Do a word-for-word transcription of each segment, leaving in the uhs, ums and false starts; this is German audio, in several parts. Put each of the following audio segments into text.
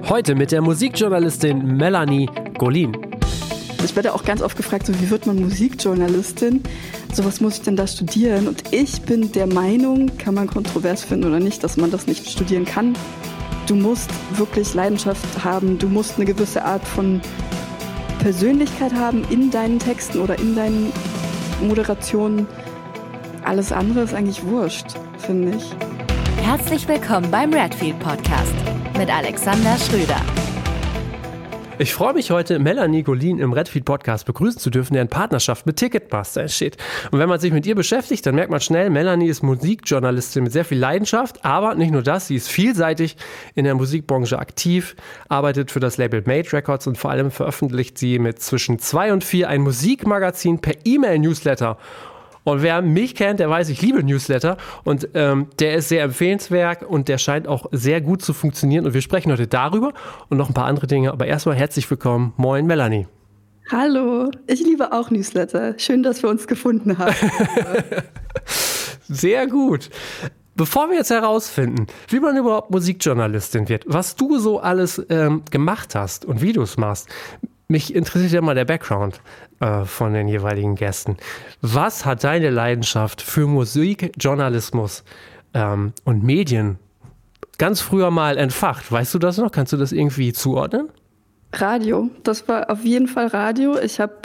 Heute mit der Musikjournalistin Melanie Golin. Ich werde auch ganz oft gefragt, so, wie wird man Musikjournalistin? So, was muss ich denn da studieren? Und ich bin der Meinung, kann man kontrovers finden oder nicht, dass man das nicht studieren kann. Du musst wirklich Leidenschaft haben, du musst eine gewisse Art von Persönlichkeit haben in deinen Texten oder in deinen Moderationen. Alles andere ist eigentlich wurscht, finde ich. Herzlich willkommen beim Redfield Podcast mit Alexander Schröder. Ich freue mich heute, Melanie Golin im Redfield Podcast begrüßen zu dürfen, der in Partnerschaft mit Ticketmaster entsteht. Und wenn man sich mit ihr beschäftigt, dann merkt man schnell, Melanie ist Musikjournalistin mit sehr viel Leidenschaft, aber nicht nur das, sie ist vielseitig in der Musikbranche aktiv, arbeitet für das Label Made Records und vor allem veröffentlicht sie mit zwischen zwei und vier ein Musikmagazin per E-Mail-Newsletter. Und wer mich kennt, der weiß, ich liebe Newsletter und ähm, der ist sehr empfehlenswert und der scheint auch sehr gut zu funktionieren. Und wir sprechen heute darüber und noch ein paar andere Dinge. Aber erstmal herzlich willkommen. Moin, Melanie. Hallo, ich liebe auch Newsletter. Schön, dass wir uns gefunden haben. Sehr gut. Bevor wir jetzt herausfinden, wie man überhaupt Musikjournalistin wird, was du so alles ähm, gemacht hast und wie du es machst, mich interessiert ja mal der Background äh, von den jeweiligen Gästen. Was hat deine Leidenschaft für Musikjournalismus ähm, und Medien ganz früher mal entfacht? Weißt du das noch? Kannst du das irgendwie zuordnen? Radio, das war auf jeden Fall Radio. Ich habe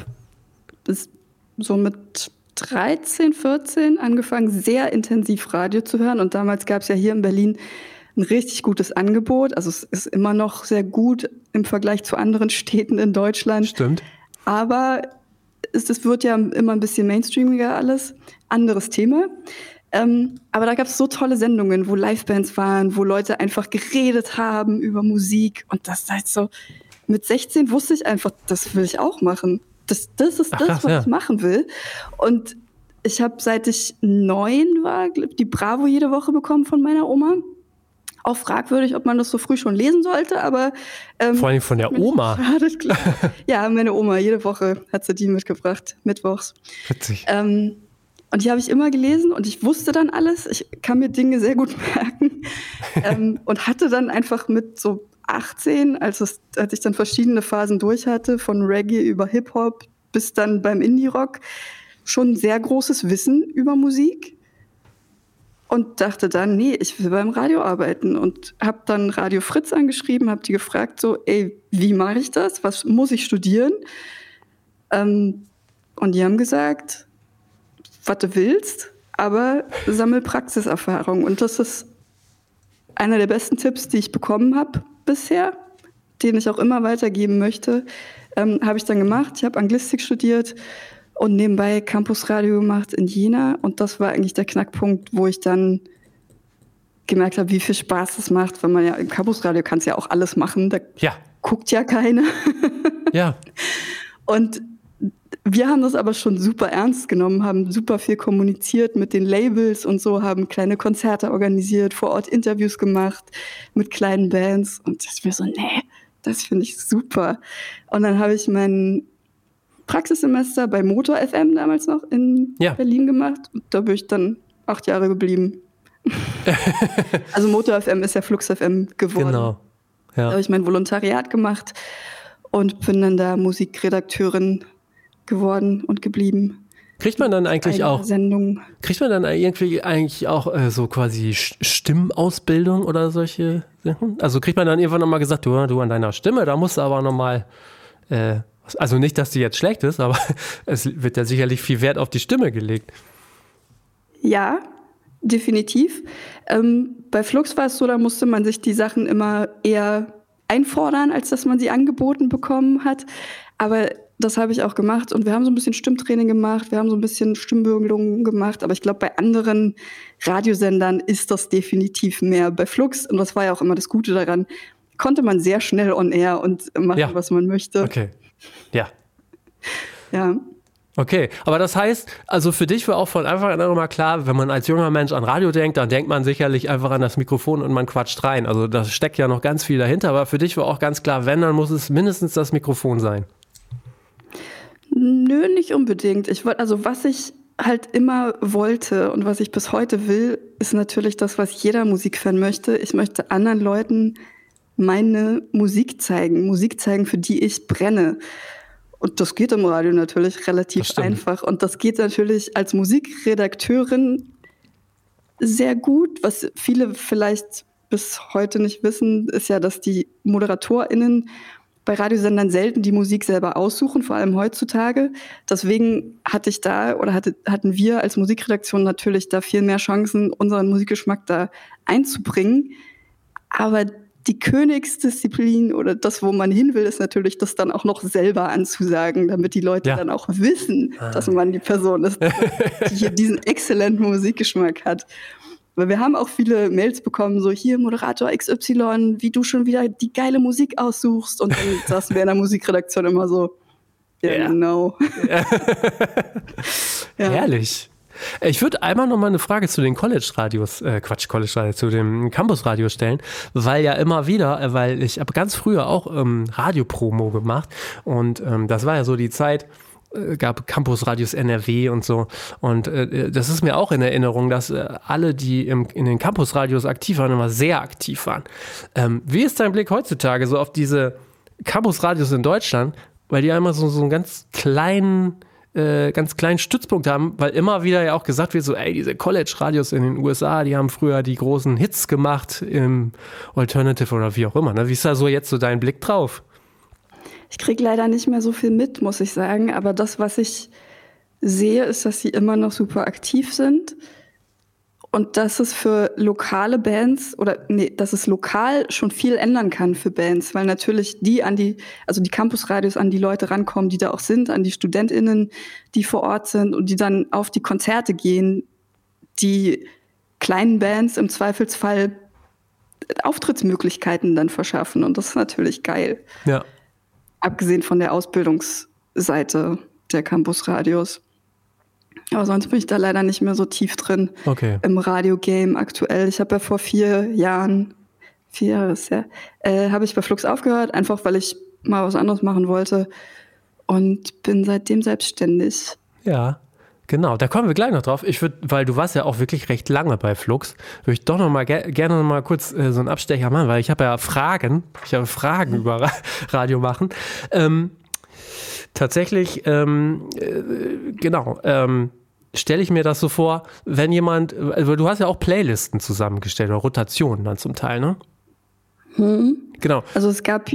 so mit dreizehn, vierzehn angefangen, sehr intensiv Radio zu hören. Und damals gab es ja hier in Berlin ein richtig gutes Angebot. Also es ist immer noch sehr gut im Vergleich zu anderen Städten in Deutschland. Stimmt. Aber es, es wird ja immer ein bisschen mainstreamiger alles. Anderes Thema. Ähm, aber da gab es so tolle Sendungen, wo Livebands waren, wo Leute einfach geredet haben über Musik. Und das halt so, mit sechzehn wusste ich einfach, das will ich auch machen. Das, das ist Ach, das, krass, was ja. ich machen will. Und ich habe, seit ich neun war, die Bravo jede Woche bekommen von meiner Oma. Auch fragwürdig, ob man das so früh schon lesen sollte, aber ähm, vor allem von der Oma. Ja, meine Oma, jede Woche hat sie die mitgebracht, mittwochs. Witzig. Ähm, und die habe ich immer gelesen und ich wusste dann alles. Ich kann mir Dinge sehr gut merken. ähm, und hatte dann einfach mit so achtzehn, als, es, als ich dann verschiedene Phasen durch hatte, von Reggae über Hip-Hop bis dann beim Indie-Rock, schon sehr großes Wissen über Musik. Und dachte dann, nee, ich will beim Radio arbeiten. Und habe dann Radio Fritz angeschrieben, habe die gefragt, so, ey, wie mache ich das? Was muss ich studieren? Ähm, und die haben gesagt, was du willst, aber sammel Praxiserfahrung. Und das ist einer der besten Tipps, die ich bekommen habe bisher, den ich auch immer weitergeben möchte. Ähm, habe ich dann gemacht. Ich habe Anglistik studiert und nebenbei Campusradio gemacht in Jena. Und das war eigentlich der Knackpunkt, wo ich dann gemerkt habe, wie viel Spaß das macht, wenn man ja im Campusradio kannst ja auch alles machen. Da ja. guckt ja keiner. Ja. Und wir haben das aber schon super ernst genommen, haben super viel kommuniziert mit den Labels und so, haben kleine Konzerte organisiert, vor Ort Interviews gemacht mit kleinen Bands. Und ich mir so, nee, das finde ich super. Und dann habe ich meinen Praxissemester bei Motor F M damals noch in ja. Berlin gemacht. Und da bin ich dann acht Jahre geblieben. Also Motor F M ist ja Flux F M geworden. Genau. Ja. Da habe ich mein Volontariat gemacht und bin dann da Musikredakteurin geworden und geblieben. Kriegt man dann eigentlich auch Sendung. Kriegt man dann irgendwie eigentlich auch äh, so quasi Stimmausbildung oder solche Sachen? Also kriegt man dann irgendwann nochmal gesagt, du, du an deiner Stimme, da musst du aber nochmal äh, also nicht, dass die jetzt schlecht ist, aber es wird ja sicherlich viel Wert auf die Stimme gelegt. Ja, definitiv. Ähm, bei Flux war es so, da musste man sich die Sachen immer eher einfordern, als dass man sie angeboten bekommen hat. Aber das habe ich auch gemacht und wir haben so ein bisschen Stimmtraining gemacht, wir haben so ein bisschen Stimmbürgelung gemacht, aber ich glaube, bei anderen Radiosendern ist das definitiv mehr. Bei Flux, und das war ja auch immer das Gute daran, konnte man sehr schnell on air und machen, ja. was man möchte. Okay. Ja. Ja. Okay, aber das heißt, also für dich war auch von Anfang an immer klar, wenn man als junger Mensch an Radio denkt, dann denkt man sicherlich einfach an das Mikrofon und man quatscht rein. Also da steckt ja noch ganz viel dahinter, aber für dich war auch ganz klar, wenn, dann muss es mindestens das Mikrofon sein. Nö, nicht unbedingt. Ich wollte, also was ich halt immer wollte und was ich bis heute will, ist natürlich das, was jeder Musikfan möchte. Ich möchte anderen Leuten meine Musik zeigen, Musik zeigen, für die ich brenne. Und das geht im Radio natürlich relativ einfach. Und das geht natürlich als Musikredakteurin sehr gut. Was viele vielleicht bis heute nicht wissen, ist ja, dass die ModeratorInnen bei Radiosendern selten die Musik selber aussuchen, vor allem heutzutage. Deswegen hatte ich da oder hatte, hatten wir als Musikredaktion natürlich da viel mehr Chancen, unseren Musikgeschmack da einzubringen. Aber die Königsdisziplin oder das, wo man hin will, ist natürlich, das dann auch noch selber anzusagen, damit die Leute ja. dann auch wissen, ah. dass man die Person ist, die hier diesen exzellenten Musikgeschmack hat. Weil wir haben auch viele Mails bekommen, so hier Moderator X Y, wie du schon wieder die geile Musik aussuchst. Und dann saßen wir in der Musikredaktion immer so, ja, yeah, genau. Ja. Ja. Herrlich. Ich würde einmal noch mal eine Frage zu den College-Radios, äh, Quatsch, College-Radio, zu dem Campus-Radio stellen, weil ja immer wieder, äh, weil ich habe ganz früher auch ähm, Radiopromo gemacht und ähm, das war ja so die Zeit, gab Campusradios N R W und so. Und äh, das ist mir auch in Erinnerung, dass äh, alle, die im, in den Campusradios aktiv waren, immer sehr aktiv waren. Ähm, wie ist dein Blick heutzutage so auf diese Campusradios in Deutschland? Weil die ja immer so, so einen ganz kleinen, äh, ganz kleinen Stützpunkt haben, weil immer wieder ja auch gesagt wird, so, ey, diese College-Radios in den U S A, die haben früher die großen Hits gemacht im Alternative oder wie auch immer. Ne? Wie ist da so jetzt so dein Blick drauf? Ich kriege leider nicht mehr so viel mit, muss ich sagen. Aber das, was ich sehe, ist, dass sie immer noch super aktiv sind. Und dass es für lokale Bands oder nee, dass es lokal schon viel ändern kann für Bands, weil natürlich die an die, also die Campusradios an die Leute rankommen, die da auch sind, an die StudentInnen, die vor Ort sind und die dann auf die Konzerte gehen, die kleinen Bands im Zweifelsfall Auftrittsmöglichkeiten dann verschaffen. Und das ist natürlich geil. Ja. Abgesehen von der Ausbildungsseite der Campusradios. Aber sonst bin ich da leider nicht mehr so tief drin okay. im Radio-Game aktuell. Ich habe ja vor vier Jahren, vier Jahre ist ja, äh, habe ich bei Flux aufgehört, einfach weil ich mal was anderes machen wollte und bin seitdem selbstständig. Ja, genau. Da kommen wir gleich noch drauf. Ich würde, weil du warst ja auch wirklich recht lange bei Flux, würde ich doch noch mal ge- gerne noch mal kurz äh, so einen Abstecher machen, weil ich habe ja Fragen, ich habe Fragen mhm. über Ra- Radio machen. Ähm, Tatsächlich, ähm, äh, genau, ähm, stelle ich mir das so vor, wenn jemand, also du hast ja auch Playlisten zusammengestellt oder Rotationen dann zum Teil, ne? Hm. Genau. Also es gab...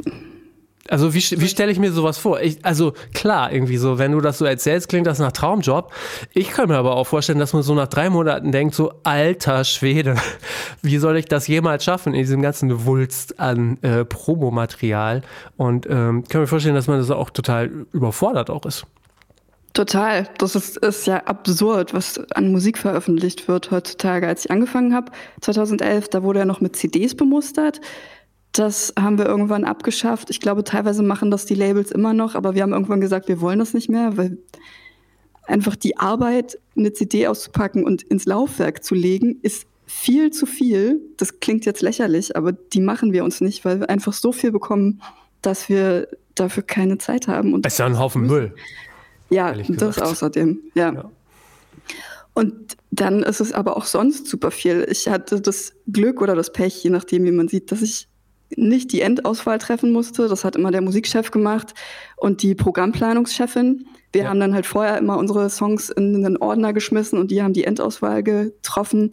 Also wie, wie stelle ich mir sowas vor? Ich, also klar, irgendwie so, wenn du das so erzählst, klingt das nach Traumjob. Ich kann mir aber auch vorstellen, dass man so nach drei Monaten denkt, so alter Schwede, wie soll ich das jemals schaffen in diesem ganzen Wulst an äh, Promomaterial? Und ähm, kann mir vorstellen, dass man das auch total überfordert auch ist. Total. Das ist, ist ja absurd, was an Musik veröffentlicht wird heutzutage. Als ich angefangen habe, zweitausendelf, da wurde ja noch mit C Ds bemustert. Das haben wir irgendwann abgeschafft. Ich glaube, teilweise machen das die Labels immer noch, aber wir haben irgendwann gesagt, wir wollen das nicht mehr, weil einfach die Arbeit, eine C D auszupacken und ins Laufwerk zu legen, ist viel zu viel. Das klingt jetzt lächerlich, aber die machen wir uns nicht, weil wir einfach so viel bekommen, dass wir dafür keine Zeit haben. Und das ist ja ein Haufen Müll. Ja, das außerdem, ja. ja. Und dann ist es aber auch sonst super viel. Ich hatte das Glück oder das Pech, je nachdem, wie man sieht, dass ich nicht die Endauswahl treffen musste. Das hat immer der Musikchef gemacht und die Programmplanungschefin. Wir ja. haben dann halt vorher immer unsere Songs in einen Ordner geschmissen und die haben die Endauswahl getroffen.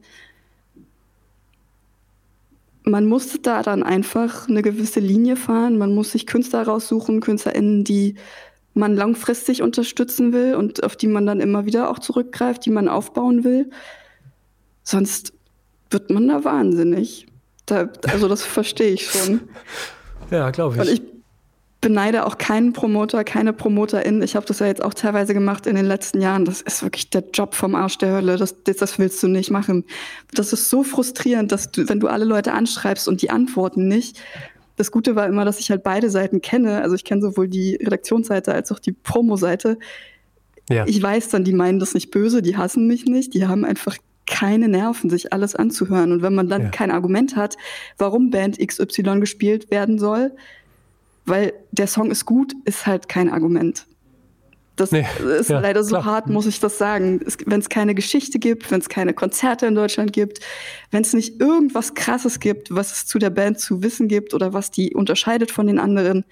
Man musste da dann einfach eine gewisse Linie fahren. Man muss sich Künstler raussuchen, KünstlerInnen, die man langfristig unterstützen will und auf die man dann immer wieder auch zurückgreift, die man aufbauen will. Sonst wird man da wahnsinnig. Da, also das verstehe ich schon. Ja, glaube ich. Und ich beneide auch keinen Promoter, keine PromoterInnen. Ich habe das ja jetzt auch teilweise gemacht in den letzten Jahren. Das ist wirklich der Job vom Arsch der Hölle. Das, das, das willst du nicht machen. Das ist so frustrierend, dass du, wenn du alle Leute anschreibst und die antworten nicht. Das Gute war immer, dass ich halt beide Seiten kenne. Also ich kenne sowohl die Redaktionsseite als auch die Promo-Seite. Ja. Ich weiß dann, die meinen das nicht böse, die hassen mich nicht. Die haben einfach keine Nerven, sich alles anzuhören. Und wenn man dann ja. kein Argument hat, warum Band X Y gespielt werden soll, weil der Song ist gut, ist halt kein Argument. Das nee. ist ja, leider so klar. hart, muss ich das sagen. Wenn es keine Geschichte gibt, wenn es keine Konzerte in Deutschland gibt, wenn es nicht irgendwas Krasses gibt, was es zu der Band zu wissen gibt oder was die unterscheidet von den anderen,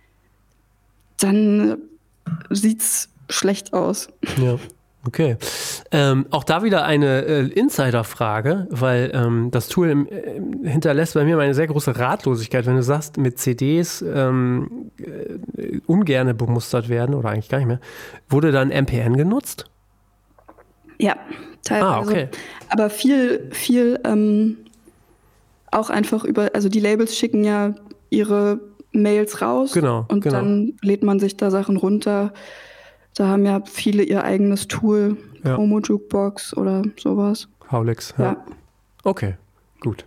dann sieht's schlecht aus. Ja. Okay. Ähm, auch da wieder eine äh, Insider-Frage, weil ähm, das Tool im, äh, hinterlässt bei mir eine sehr große Ratlosigkeit, wenn du sagst, mit C Ds ähm, äh, ungerne bemustert werden oder eigentlich gar nicht mehr. Wurde dann M P N genutzt? Ja, teilweise. Ah, okay. Aber viel, viel ähm, auch einfach über, also die Labels schicken ja ihre Mails raus Genau, und genau. dann lädt man sich da Sachen runter. Da haben ja viele ihr eigenes Tool, Ja. Promo Jukebox oder sowas. Howlix, ja. Ja. Okay, gut.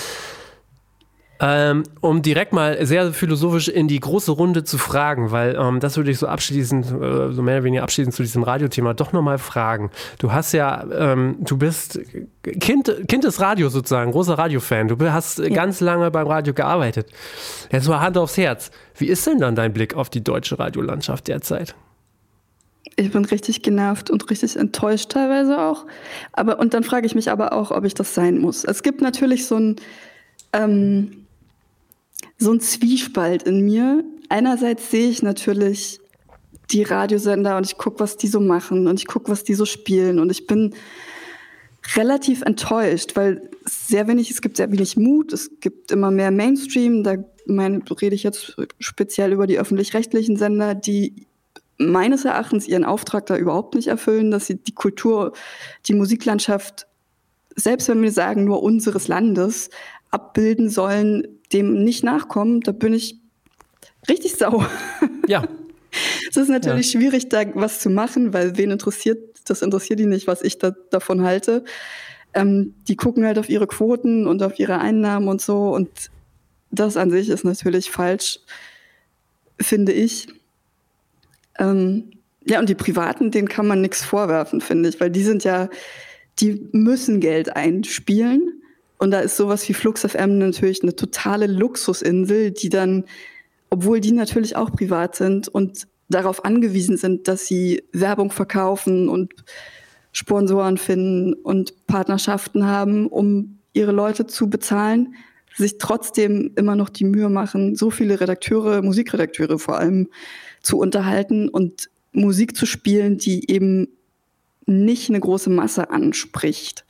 Ähm, um direkt mal sehr philosophisch in die große Runde zu fragen, weil ähm, das würde ich so abschließend, äh, so mehr oder weniger abschließend zu diesem Radiothema doch nochmal fragen. Du hast ja, ähm, du bist Kind, Kind des Radios sozusagen, großer Radiofan. Du hast ja. ganz lange beim Radio gearbeitet. Jetzt mal Hand aufs Herz. Wie ist denn dann dein Blick auf die deutsche Radiolandschaft derzeit? Ich bin richtig genervt und richtig enttäuscht teilweise auch. Aber, und dann frage ich mich aber auch, ob ich das sein muss. Es gibt natürlich so ein, ähm, so ein Zwiespalt in mir. Einerseits sehe ich natürlich die Radiosender und ich gucke, was die so machen und ich gucke, was die so spielen. Und ich bin relativ enttäuscht, weil sehr wenig, es gibt sehr wenig Mut, es gibt immer mehr Mainstream. Da meine, rede ich jetzt speziell über die öffentlich-rechtlichen Sender, die meines Erachtens ihren Auftrag da überhaupt nicht erfüllen, dass sie die Kultur, die Musiklandschaft, selbst wenn wir sagen, nur unseres Landes, abbilden sollen, dem nicht nachkommen. Da bin ich richtig sauer. Ja. Es ist natürlich ja. schwierig, da was zu machen, weil wen interessiert, das interessiert die nicht, was ich da, davon halte. Ähm, die gucken halt auf ihre Quoten und auf ihre Einnahmen und so, und das an sich ist natürlich falsch, finde ich. Ähm, ja, und die Privaten, denen kann man nichts vorwerfen, finde ich, weil die sind ja, die müssen Geld einspielen. Und da ist sowas wie Flux F M natürlich eine totale Luxusinsel, die dann, obwohl die natürlich auch privat sind und darauf angewiesen sind, dass sie Werbung verkaufen und Sponsoren finden und Partnerschaften haben, um ihre Leute zu bezahlen, sich trotzdem immer noch die Mühe machen, so viele Redakteure, Musikredakteure vor allem, zu unterhalten und Musik zu spielen, die eben nicht eine große Masse anspricht.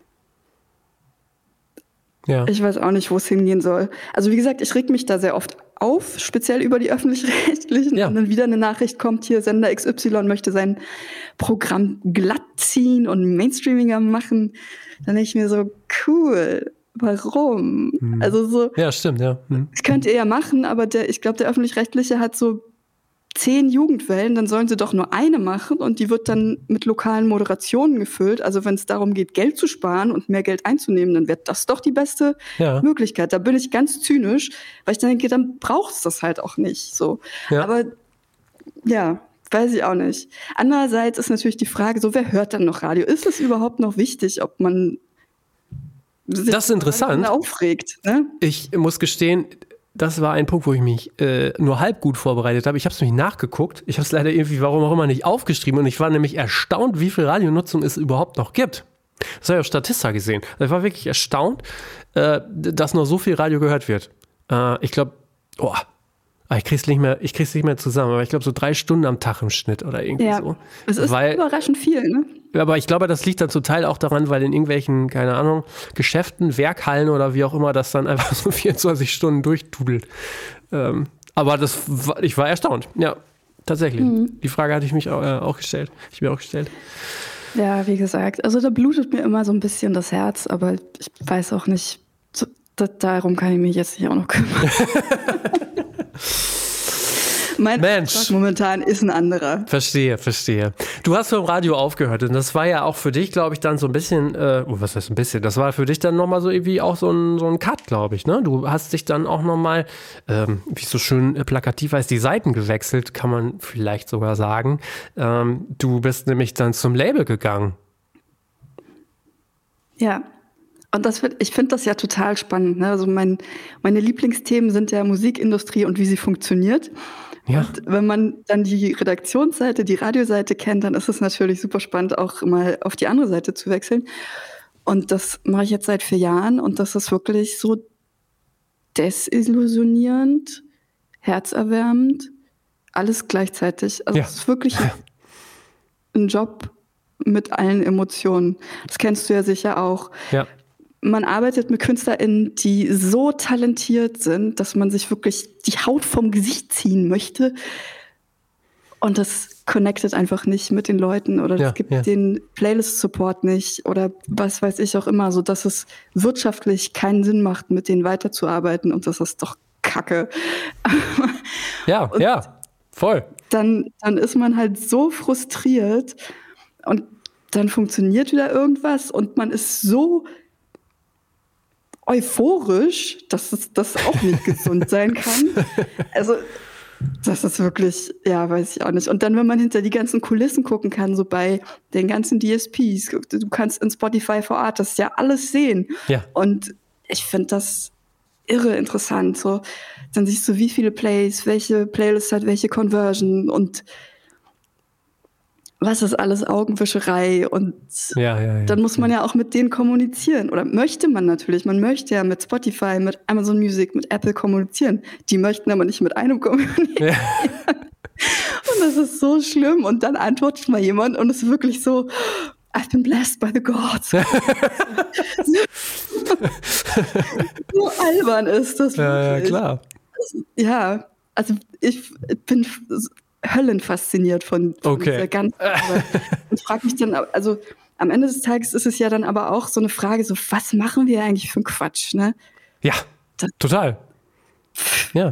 Ja. Ich weiß auch nicht, wo es hingehen soll. Also wie gesagt, ich reg mich da sehr oft auf, speziell über die Öffentlich-Rechtlichen. Ja. Und dann wieder eine Nachricht kommt, hier Sender X Y möchte sein Programm glatt ziehen und mainstreamiger machen. Dann denke ich mir so, cool, warum? Hm. Also so. Ja, stimmt, ja. Hm. Das könnt ihr ja machen, aber der, ich glaube, der Öffentlich-Rechtliche hat so zehn Jugendwellen, dann sollen sie doch nur eine machen und die wird dann mit lokalen Moderationen gefüllt. Also wenn es darum geht, Geld zu sparen und mehr Geld einzunehmen, dann wäre das doch die beste ja. Möglichkeit. Da bin ich ganz zynisch, weil ich dann denke, dann braucht es das halt auch nicht. So. Ja. Aber ja, weiß ich auch nicht. Andererseits ist natürlich die Frage, so wer hört dann noch Radio? Ist es überhaupt noch wichtig, ob man sich das ist interessant. aufregt? Ne? Ich muss gestehen, das war ein Punkt, wo ich mich äh, nur halb gut vorbereitet habe. Ich habe es nämlich nachgeguckt. Ich habe es leider irgendwie, warum auch immer, nicht aufgeschrieben. Und ich war nämlich erstaunt, wie viel Radionutzung es überhaupt noch gibt. Das habe ich auf Statista gesehen. Ich war wirklich erstaunt, äh, dass noch so viel Radio gehört wird. Äh, ich glaube, oh, ich krieg's nicht mehr, ich krieg's nicht mehr zusammen, aber ich glaube so drei Stunden am Tag im Schnitt oder irgendwie ja, so. Es ist weil, überraschend viel, ne? Aber ich glaube, das liegt dann zum Teil auch daran, weil in irgendwelchen, keine Ahnung, Geschäften, Werkhallen oder wie auch immer, das dann einfach so vierundzwanzig Stunden durchtudelt. Ähm, aber das, ich war erstaunt. Ja, tatsächlich. Mhm. Die Frage hatte ich mich auch, äh, auch gestellt. Ich mir auch gestellt. Ja, wie gesagt, also da blutet mir immer so ein bisschen das Herz, aber ich weiß auch nicht, so, da, darum kann ich mich jetzt nicht auch noch kümmern. Mein Mensch. Auftrag momentan ist ein anderer. Verstehe, verstehe. Du hast vom Radio aufgehört und das war ja auch für dich, glaube ich, dann so ein bisschen, äh, oh, was heißt ein bisschen, das war für dich dann nochmal so irgendwie auch so ein, so ein Cut, glaube ich, ne? Du hast dich dann auch nochmal, ähm, wie es so schön plakativ heißt, die Seiten gewechselt, kann man vielleicht sogar sagen. Ähm, du bist nämlich dann zum Label gegangen. Ja. Und das wird, ich finde das ja total spannend. Ne? Also mein, meine Lieblingsthemen sind ja Musikindustrie und wie sie funktioniert. Ja. Und wenn man dann die Redaktionsseite, die Radioseite kennt, dann ist es natürlich super spannend, auch mal auf die andere Seite zu wechseln. Und das mache ich jetzt seit vier Jahren und das ist wirklich so desillusionierend, herzerwärmend, alles gleichzeitig. Also Ja. es ist wirklich ein Job mit allen Emotionen. Das kennst du ja sicher auch. Ja. Man arbeitet mit KünstlerInnen, die so talentiert sind, dass man sich wirklich die Haut vom Gesicht ziehen möchte. Und das connectet einfach nicht mit den Leuten oder es Ja, gibt ja. den Playlist-Support nicht oder was weiß ich auch immer, so dass es wirtschaftlich keinen Sinn macht, mit denen weiterzuarbeiten und das ist doch Kacke. Ja, Und ja, voll. Dann, dann ist man halt so frustriert und dann funktioniert wieder irgendwas und man ist so euphorisch, dass es das auch nicht gesund sein kann. Also das ist wirklich, ja, weiß ich auch nicht. Und dann, wenn man hinter die ganzen Kulissen gucken kann, so bei den ganzen D S Ps, du kannst in Spotify for Artists ja alles sehen. Ja. Und ich finde das irre interessant. So, dann siehst du, wie viele Plays, welche Playlist hat welche Conversion und was ist alles Augenwischerei und Ja, ja, ja. dann muss man ja auch mit denen kommunizieren. Oder möchte man natürlich. Man möchte ja mit Spotify, mit Amazon Music, mit Apple kommunizieren. Die möchten aber nicht mit einem kommunizieren. Ja. Und das ist so schlimm. Und dann antwortet mal jemand und es ist wirklich so, I've been blessed by the gods. So albern ist das Ja, ja, wirklich. klar. Ja, also ich bin höllenfasziniert von, von Okay. dieser ganzen Arbeit. Und frage mich dann, also am Ende des Tages ist es ja dann aber auch so eine Frage, so was machen wir eigentlich für einen Quatsch, ne? Ja, Das- total. Ja.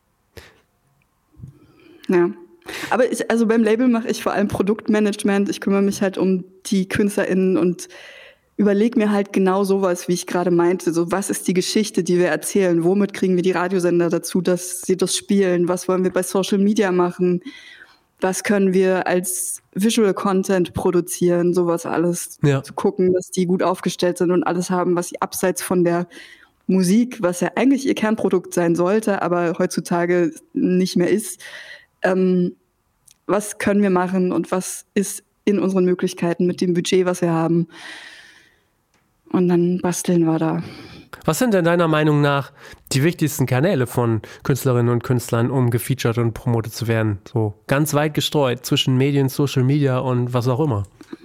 Ja. Aber ich, also beim Label mache ich vor allem Produktmanagement. Ich kümmere mich halt um die KünstlerInnen und überlege mir halt genau sowas, wie ich gerade meinte. So, was ist die Geschichte, die wir erzählen? Womit kriegen wir die Radiosender dazu, dass sie das spielen? Was wollen wir bei Social Media machen? Was können wir als Visual Content produzieren? Sowas alles Ja. zu gucken, dass die gut aufgestellt sind und alles haben, was sie abseits von der Musik, was ja eigentlich ihr Kernprodukt sein sollte, aber heutzutage nicht mehr ist. Ähm, was können wir machen und was ist in unseren Möglichkeiten mit dem Budget, was wir haben? Und dann basteln wir da. Was sind denn deiner Meinung nach die wichtigsten Kanäle von Künstlerinnen und Künstlern, um gefeatured und promotet zu werden? So ganz weit gestreut zwischen Medien, Social Media und was auch immer.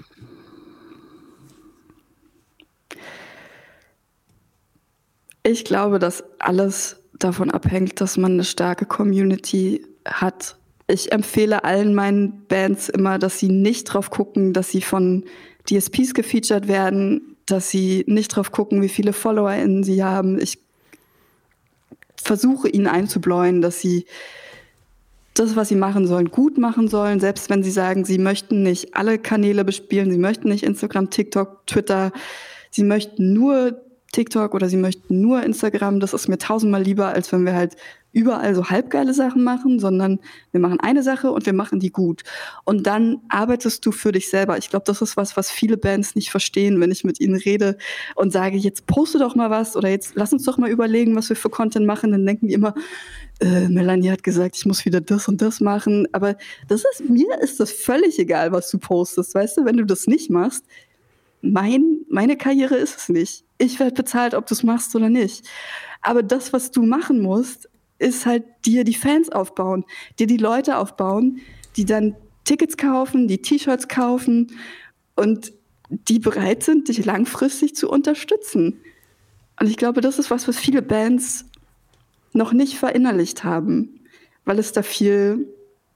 Ich glaube, dass alles davon abhängt, dass man eine starke Community hat. Ich empfehle allen meinen Bands immer, dass sie nicht drauf gucken, dass sie von D S Ps gefeatured werden, dass sie nicht drauf gucken, wie viele FollowerInnen sie haben. Ich versuche ihnen einzubläuen, dass sie das, was sie machen sollen, gut machen sollen, selbst wenn sie sagen, sie möchten nicht alle Kanäle bespielen, sie möchten nicht Instagram, TikTok, Twitter, sie möchten nur TikTok oder sie möchten nur Instagram. Das ist mir tausendmal lieber, als wenn wir halt überall so halbgeile Sachen machen, sondern wir machen eine Sache und wir machen die gut. Und dann arbeitest du für dich selber. Ich glaube, das ist was, was viele Bands nicht verstehen, wenn ich mit ihnen rede und sage, jetzt poste doch mal was oder jetzt lass uns doch mal überlegen, was wir für Content machen. Dann denken die immer, äh, Melanie hat gesagt, ich muss wieder das und das machen. Aber das ist, mir ist das völlig egal, was du postest. Weißt du, wenn du das nicht machst, mein, meine Karriere ist es nicht. Ich werde bezahlt, ob du es machst oder nicht. Aber das, was du machen musst, ist halt dir die Fans aufbauen, dir die Leute aufbauen, die dann Tickets kaufen, die T-Shirts kaufen und die bereit sind, dich langfristig zu unterstützen. Und ich glaube, das ist was, was viele Bands noch nicht verinnerlicht haben, weil es da viel,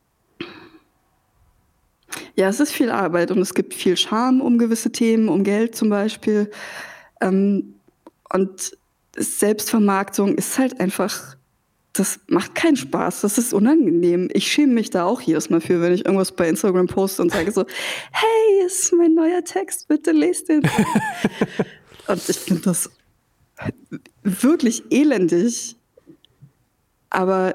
ja, es ist viel Arbeit und es gibt viel Scham um gewisse Themen, um Geld zum Beispiel. Ähm, und Selbstvermarktung ist halt einfach, das macht keinen Spaß, das ist unangenehm. Ich schäme mich da auch jedes Mal für, wenn ich irgendwas bei Instagram poste und sage so, hey, ist mein neuer Text, bitte lest den. Und ich finde das wirklich elendig, aber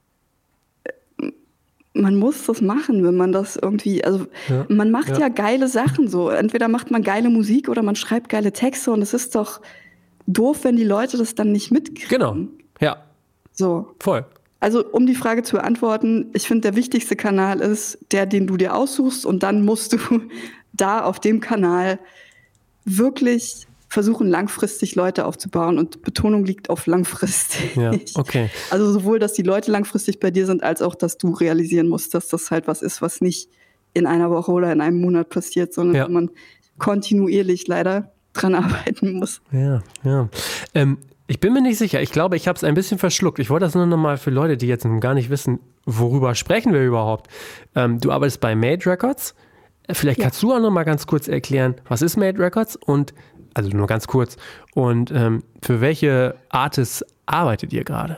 man muss das machen, wenn man das irgendwie, also Ja, man macht ja. ja. geile Sachen so. Entweder macht man geile Musik oder man schreibt geile Texte und es ist doch doof, wenn die Leute das dann nicht mitkriegen. Genau, ja, So. voll. Also um die Frage zu beantworten, ich finde, der wichtigste Kanal ist der, den du dir aussuchst und dann musst du da auf dem Kanal wirklich versuchen, langfristig Leute aufzubauen und Betonung liegt auf langfristig. Ja, okay. Also sowohl, dass die Leute langfristig bei dir sind, als auch, dass du realisieren musst, dass das halt was ist, was nicht in einer Woche oder in einem Monat passiert, sondern ja. wo man kontinuierlich leider dran arbeiten muss. Ja, ja. Ähm, ich bin mir nicht sicher. Ich glaube, ich habe es ein bisschen verschluckt. Ich wollte das nur noch mal für Leute, die jetzt gar nicht wissen, worüber sprechen wir überhaupt. Ähm, du arbeitest bei Made Records. Vielleicht ja. kannst du auch noch mal ganz kurz erklären, was ist Made Records und also nur ganz kurz. Und ähm, für welche Artists arbeitet ihr gerade?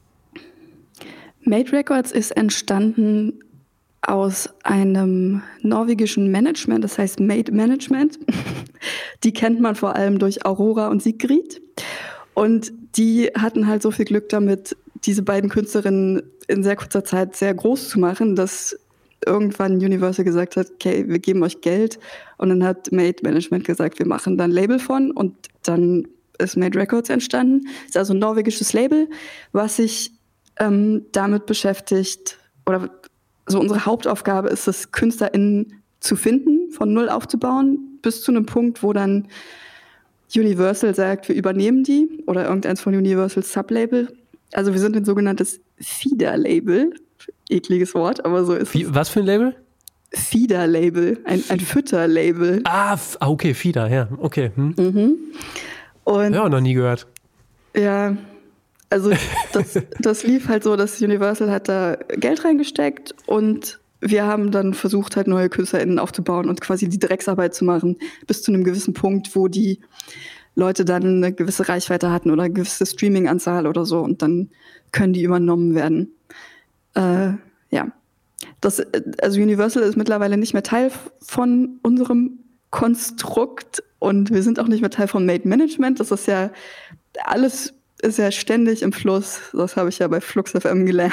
Made Records ist entstanden aus einem norwegischen Management, das heißt Made Management. Die kennt man vor allem durch Aurora und Sigrid. Und die hatten halt so viel Glück damit, diese beiden Künstlerinnen in sehr kurzer Zeit sehr groß zu machen, dass irgendwann Universal gesagt hat, okay, wir geben euch Geld. Und dann hat Made Management gesagt, wir machen dann ein Label von. Und dann ist Made Records entstanden. Das ist also ein norwegisches Label, was sich ähm, damit beschäftigt, oder so unsere Hauptaufgabe ist es, KünstlerInnen zu finden, von null aufzubauen, bis zu einem Punkt, wo dann Universal sagt, wir übernehmen die, oder irgendeins von Universals Sublabel. Also wir sind ein sogenanntes Feeder-Label. Ekliges Wort, aber so ist Wie, es. Was für ein Label? Feeder-Label, ein, ein Fütter-Label. Ah, okay, Feeder, ja, okay. Hm. Mhm. Und ja, noch nie gehört. Ja, also das, das lief halt so, dass Universal hat da Geld reingesteckt und wir haben dann versucht, halt neue KünstlerInnen aufzubauen und quasi die Drecksarbeit zu machen, bis zu einem gewissen Punkt, wo die Leute dann eine gewisse Reichweite hatten oder eine gewisse Streaming-Anzahl oder so und dann können die übernommen werden. Äh, ja, das, also Universal ist mittlerweile nicht mehr Teil von unserem Konstrukt und wir sind auch nicht mehr Teil von Made Management. Das ist ja, alles ist ja ständig im Fluss. Das habe ich ja bei Flux F M gelernt.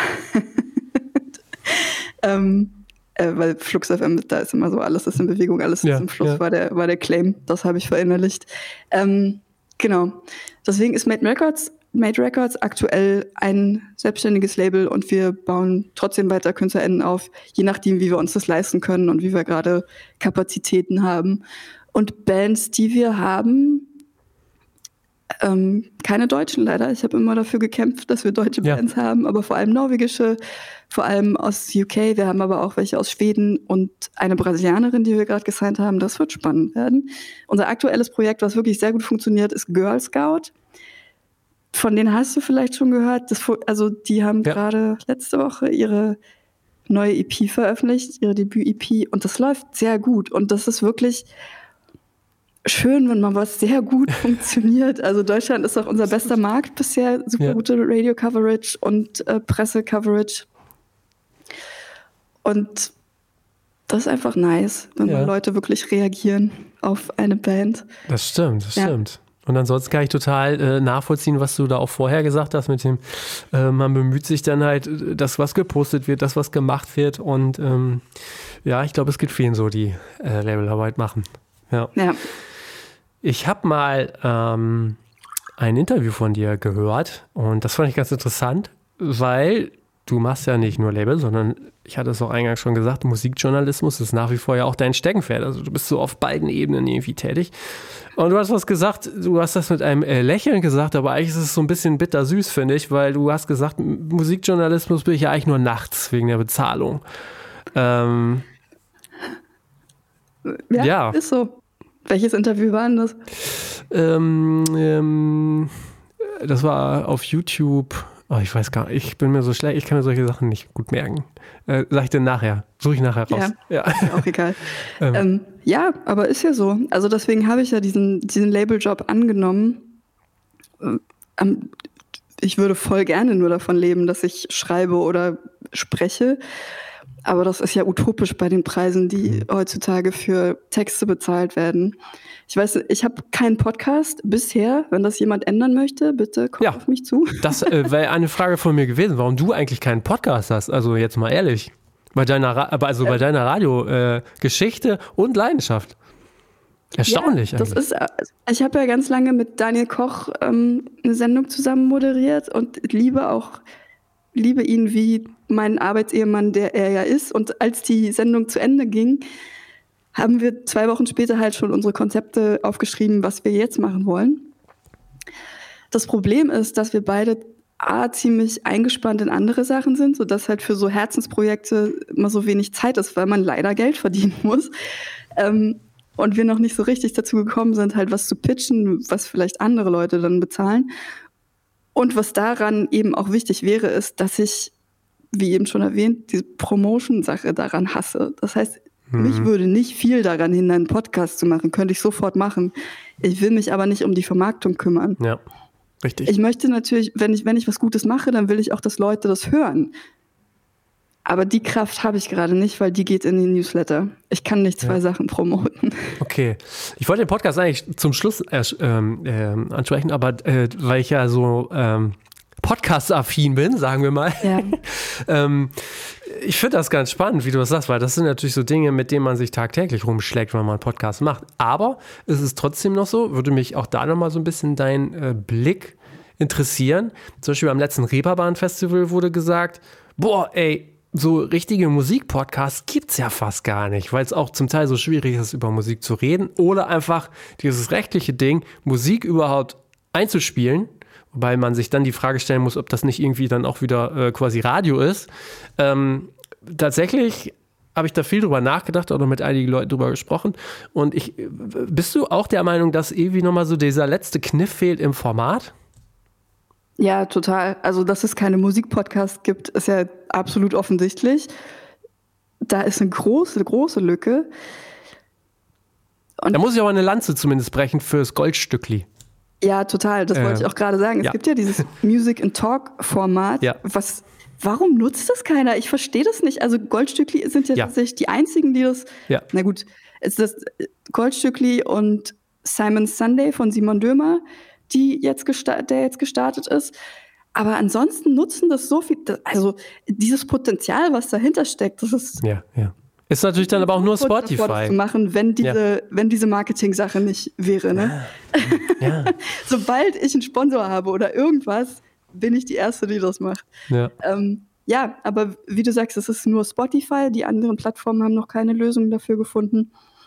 ähm, äh, weil Flux F M, da ist immer so, alles ist in Bewegung, alles ja, ist im Fluss, ja. war der, war der Claim. Das habe ich verinnerlicht. Ähm, genau. Deswegen ist Made Records Made Records aktuell ein selbstständiges Label und wir bauen trotzdem weiter KünstlerInnen auf, je nachdem, wie wir uns das leisten können und wie wir gerade Kapazitäten haben. Und Bands, die wir haben, ähm, keine deutschen leider. Ich habe immer dafür gekämpft, dass wir deutsche ja. Bands haben, aber vor allem norwegische, vor allem aus U K. Wir haben aber auch welche aus Schweden und eine Brasilianerin, die wir gerade gesigned haben. Das wird spannend werden. Unser aktuelles Projekt, was wirklich sehr gut funktioniert, ist Girl Scout. Von denen hast du vielleicht schon gehört. Das, also die haben ja. gerade letzte Woche ihre neue E P veröffentlicht, ihre Debüt-E P. Und das läuft sehr gut. Und das ist wirklich schön, wenn mal was sehr gut funktioniert. Also Deutschland ist auch unser bester Markt bisher. Super ja. gute Radio-Coverage und äh, Presse-Coverage. Und das ist einfach nice, wenn ja. mal Leute wirklich reagieren auf eine Band. Das stimmt, das ja. stimmt. Und ansonsten kann ich total äh, nachvollziehen, was du da auch vorher gesagt hast mit dem, äh, man bemüht sich dann halt, dass was gepostet wird, dass was gemacht wird und ähm, ja, ich glaube, es gibt vielen so, die äh, Labelarbeit machen. Ja. ja. Ich habe mal ähm, ein Interview von dir gehört und das fand ich ganz interessant, weil du machst ja nicht nur Label, sondern ich hatte es auch eingangs schon gesagt, Musikjournalismus ist nach wie vor ja auch dein Steckenpferd. Also du bist so auf beiden Ebenen irgendwie tätig. Und du hast was gesagt, du hast das mit einem äh, Lächeln gesagt, aber eigentlich ist es so ein bisschen bittersüß, finde ich, weil du hast gesagt, Musikjournalismus bin ich ja eigentlich nur nachts wegen der Bezahlung. Ähm, ja, ja, ist so. Welches Interview war denn das? Ähm, ähm, das war auf YouTube. Oh, ich weiß gar nicht, ich bin mir so schlecht, ich kann mir solche Sachen nicht gut merken. Äh, sag ich dir nachher, suche ich nachher raus. Ja, ja. Ist ja auch egal. ähm. Ähm, ja, aber ist ja so. Also deswegen habe ich ja diesen, diesen Labeljob angenommen. Ähm, ich würde voll gerne nur davon leben, dass ich schreibe oder spreche. Aber das ist ja utopisch bei den Preisen, die heutzutage für Texte bezahlt werden. Ich weiß, ich habe keinen Podcast bisher. Wenn das jemand ändern möchte, bitte kommt ja, auf mich zu. Das äh, wäre eine Frage von mir gewesen, warum du eigentlich keinen Podcast hast. Also jetzt mal ehrlich. Bei deiner, also bei deiner Radio-Geschichte äh, und Leidenschaft. Erstaunlich ja, das eigentlich. Ist, ich habe ja ganz lange mit Daniel Koch ähm, eine Sendung zusammen moderiert und liebe auch liebe ihn wie meinen Arbeitsehemann, der er ja ist. Und als die Sendung zu Ende ging, haben wir zwei Wochen später halt schon unsere Konzepte aufgeschrieben, was wir jetzt machen wollen. Das Problem ist, dass wir beide A, ziemlich eingespannt in andere Sachen sind, sodass halt für so Herzensprojekte immer so wenig Zeit ist, weil man leider Geld verdienen muss. Ähm, und wir noch nicht so richtig dazu gekommen sind, halt was zu pitchen, was vielleicht andere Leute dann bezahlen. Und was daran eben auch wichtig wäre, ist, dass ich, wie eben schon erwähnt, diese Promotion-Sache daran hasse. Das heißt, mhm. mich würde nicht viel daran hindern, einen Podcast zu machen. Könnte ich sofort machen. Ich will mich aber nicht um die Vermarktung kümmern. Ja, richtig. Ich möchte natürlich, wenn ich, wenn ich was Gutes mache, dann will ich auch, dass Leute das hören. Aber die Kraft habe ich gerade nicht, weil die geht in den Newsletter. Ich kann nicht zwei ja. Sachen promoten. Okay. Ich wollte den Podcast eigentlich zum Schluss äh, äh, ansprechen, aber äh, weil ich ja so ähm, Podcast-affin bin, sagen wir mal. Ja. ähm, ich finde das ganz spannend, wie du das sagst, weil das sind natürlich so Dinge, mit denen man sich tagtäglich rumschlägt, wenn man einen Podcast macht. Aber es ist trotzdem noch so, würde mich auch da nochmal so ein bisschen dein äh, Blick interessieren. Zum Beispiel beim letzten Reeperbahn-Festival wurde gesagt, boah, ey, so richtige Musikpodcasts gibt's ja fast gar nicht, weil es auch zum Teil so schwierig ist, über Musik zu reden oder einfach dieses rechtliche Ding, Musik überhaupt einzuspielen, wobei man sich dann die Frage stellen muss, ob das nicht irgendwie dann auch wieder äh, quasi Radio ist. Ähm, tatsächlich habe ich da viel drüber nachgedacht oder mit einigen Leuten drüber gesprochen und ich, bist du auch der Meinung, dass irgendwie nochmal so dieser letzte Kniff fehlt im Format? Ja, total. Also, dass es keine Musikpodcasts gibt, ist ja absolut offensichtlich. Da ist eine große, große Lücke. Und da muss ich aber eine Lanze zumindest brechen fürs Goldstückli. Ja, total. Das äh, wollte ich auch gerade sagen. Es ja. gibt ja dieses Music and Talk Format. Ja. Was, warum nutzt das keiner? Ich verstehe das nicht. Also Goldstückli sind ja, ja. tatsächlich die einzigen, die das. Ja. Na gut, es ist das Goldstückli und Simon Sunday von Simon Dömer, die jetzt gesta- der jetzt gestartet ist. Aber ansonsten nutzen das so viel, also dieses Potenzial, was dahinter steckt, das ist ja, ja. Ist natürlich dann aber auch nur Spotify. Davor, zu machen, wenn diese, ja. wenn diese Marketing-Sache nicht wäre. Ne? Ja. Ja. Sobald ich einen Sponsor habe oder irgendwas, bin ich die Erste, die das macht. Ja. Ähm, ja, aber wie du sagst, es ist nur Spotify. Die anderen Plattformen haben noch keine Lösung dafür gefunden.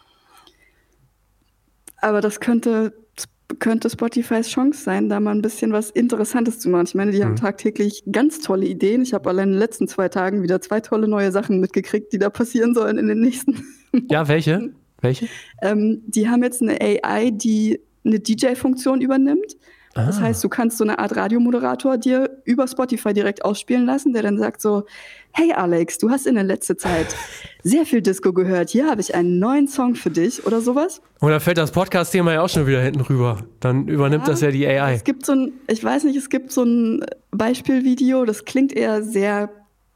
Aber das könnte könnte Spotifys Chance sein, da mal ein bisschen was Interessantes zu machen. Ich meine, die mhm. haben tagtäglich ganz tolle Ideen. Ich habe allein in den letzten zwei Tagen wieder zwei tolle neue Sachen mitgekriegt, die da passieren sollen in den nächsten Ja, welche? Welche? Ähm, die haben jetzt eine A I, die eine D J-Funktion übernimmt. Ah. Das heißt, du kannst so eine Art Radiomoderator dir über Spotify direkt ausspielen lassen, der dann sagt so, hey Alex, du hast in der letzten Zeit sehr viel Disco gehört, hier habe ich einen neuen Song für dich oder sowas. Und dann fällt das Podcast-Thema ja auch schon wieder hinten rüber. Dann übernimmt ja, das ja die A I. Es gibt so ein, ich weiß nicht, es gibt so ein Beispielvideo, das klingt eher sehr,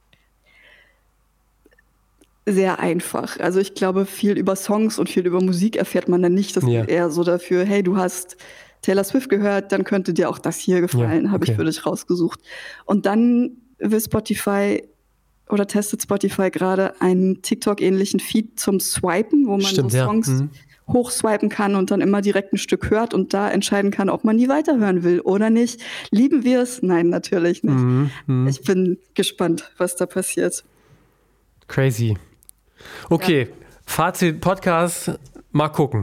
sehr einfach. Also ich glaube, viel über Songs und viel über Musik erfährt man dann nicht. Das ja. ist eher so dafür, hey, du hast Taylor Swift gehört, dann könnte dir auch das hier gefallen, ja, okay. habe ich für dich rausgesucht. Und dann will Spotify oder testet Spotify gerade einen TikTok-ähnlichen Feed zum Swipen, wo man Stimmt, so Songs ja. mhm. hochswipen kann und dann immer direkt ein Stück hört und da entscheiden kann, ob man die weiterhören will oder nicht. Lieben wir es? Nein, natürlich nicht. Mhm, mh. Ich bin gespannt, was da passiert. Crazy. Okay, ja. Fazit Podcast, mal gucken.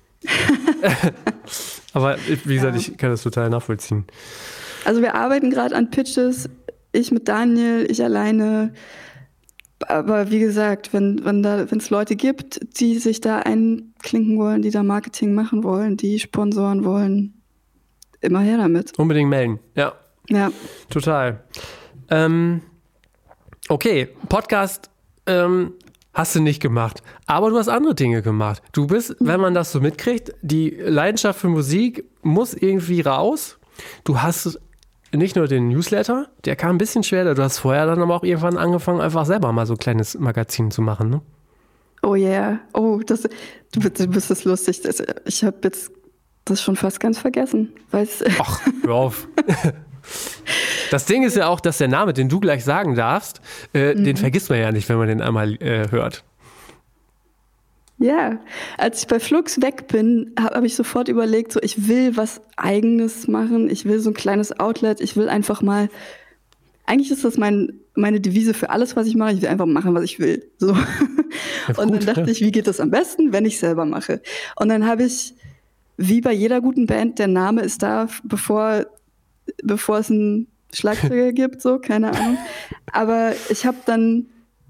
Aber wie gesagt, ja. ich kann das total nachvollziehen. Also wir arbeiten gerade an Pitches, ich mit Daniel, ich alleine. Aber wie gesagt, wenn wenn da wenn es Leute gibt, die sich da einklinken wollen, die da Marketing machen wollen, die sponsoren wollen, immer her damit. Unbedingt melden, ja. Ja. Total. Ähm, okay, Podcast ähm, hast du nicht gemacht, aber du hast andere Dinge gemacht. Du bist, wenn man das so mitkriegt, die Leidenschaft für Musik muss irgendwie raus. Du hast nicht nur den Newsletter, der kam ein bisschen schwer, du hast vorher dann aber auch irgendwann angefangen, einfach selber mal so ein kleines Magazin zu machen, ne? Oh yeah, oh, das, du, du bist das lustig. Das, ich habe jetzt das schon fast ganz vergessen. Ach, hör auf. Das Ding ist ja auch, dass der Name, den du gleich sagen darfst, äh, mhm. den vergisst man ja nicht, wenn man den einmal äh, hört. Ja, als ich bei Flux weg bin, habe hab ich sofort überlegt, so ich will was Eigenes machen, ich will so ein kleines Outlet, ich will einfach mal eigentlich ist das mein, meine Devise für alles, was ich mache. Ich will einfach machen, was ich will. So. Ja, und gut, dann dachte ja. ich, wie geht das am besten, wenn ich selber mache? Und dann habe ich, wie bei jeder guten Band, der Name ist da, bevor, bevor es einen Schlagzeuger gibt, so, keine Ahnung. Aber ich habe dann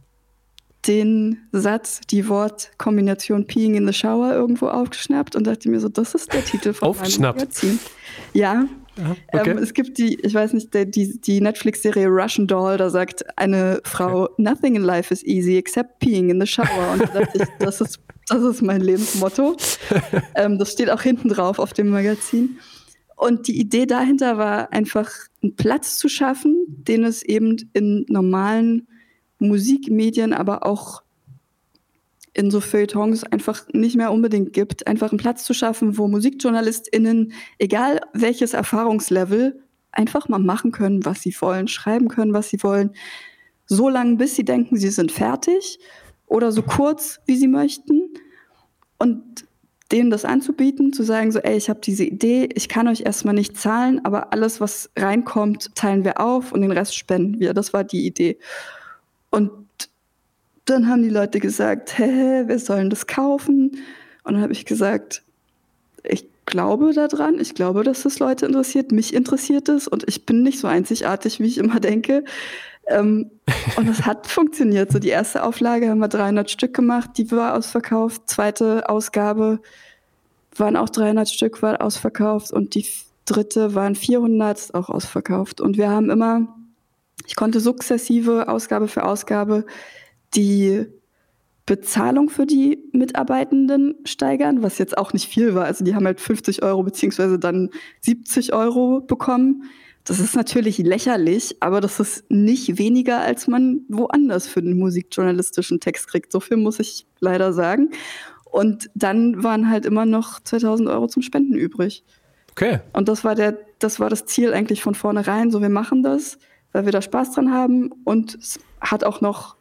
den Satz, die Wortkombination Peeing in the Shower irgendwo aufgeschnappt und dachte mir so, das ist der Titel von meinem Magazin. Ja, ja okay. ähm, es gibt die, ich weiß nicht, der, die, die Netflix-Serie Russian Doll, da sagt eine Frau, okay. Nothing in life is easy except peeing in the shower. Und da dachte ich, das ist, das ist mein Lebensmotto. ähm, das steht auch hinten drauf auf dem Magazin. Und die Idee dahinter war einfach, einen Platz zu schaffen, den es eben in normalen Musikmedien, aber auch in so Feuilletons einfach nicht mehr unbedingt gibt. Einfach einen Platz zu schaffen, wo MusikjournalistInnen, egal welches Erfahrungslevel, einfach mal machen können, was sie wollen, schreiben können, was sie wollen, so lange, bis sie denken, sie sind fertig oder so kurz, wie sie möchten. Und denen das anzubieten, zu sagen so, ey, ich habe diese Idee, ich kann euch erstmal nicht zahlen, aber alles, was reinkommt, teilen wir auf und den Rest spenden wir. Das war die Idee. Und dann haben die Leute gesagt, hä, wir sollen das kaufen. Und dann habe ich gesagt, ich glaube daran, ich glaube, dass das Leute interessiert, mich interessiert es und ich bin nicht so einzigartig, wie ich immer denke. Ähm, und es hat funktioniert. So die erste Auflage haben wir dreihundert Stück gemacht, die war ausverkauft. Zweite Ausgabe waren auch dreihundert Stück, war ausverkauft. Und die dritte waren vierhundert, ist auch ausverkauft. Und wir haben immer, ich konnte sukzessive, Ausgabe für Ausgabe, die Bezahlung für die Mitarbeitenden steigern, was jetzt auch nicht viel war. Also die haben halt fünfzig Euro beziehungsweise dann siebzig Euro bekommen. Das ist natürlich lächerlich, aber das ist nicht weniger, als man woanders für den musikjournalistischen Text kriegt. So viel muss ich leider sagen. Und dann waren halt immer noch zweitausend Euro zum Spenden übrig. Okay. Und das war der, das war das Ziel eigentlich von vornherein. So, wir machen das, weil wir da Spaß dran haben und es hat auch noch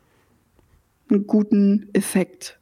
einen guten Effekt.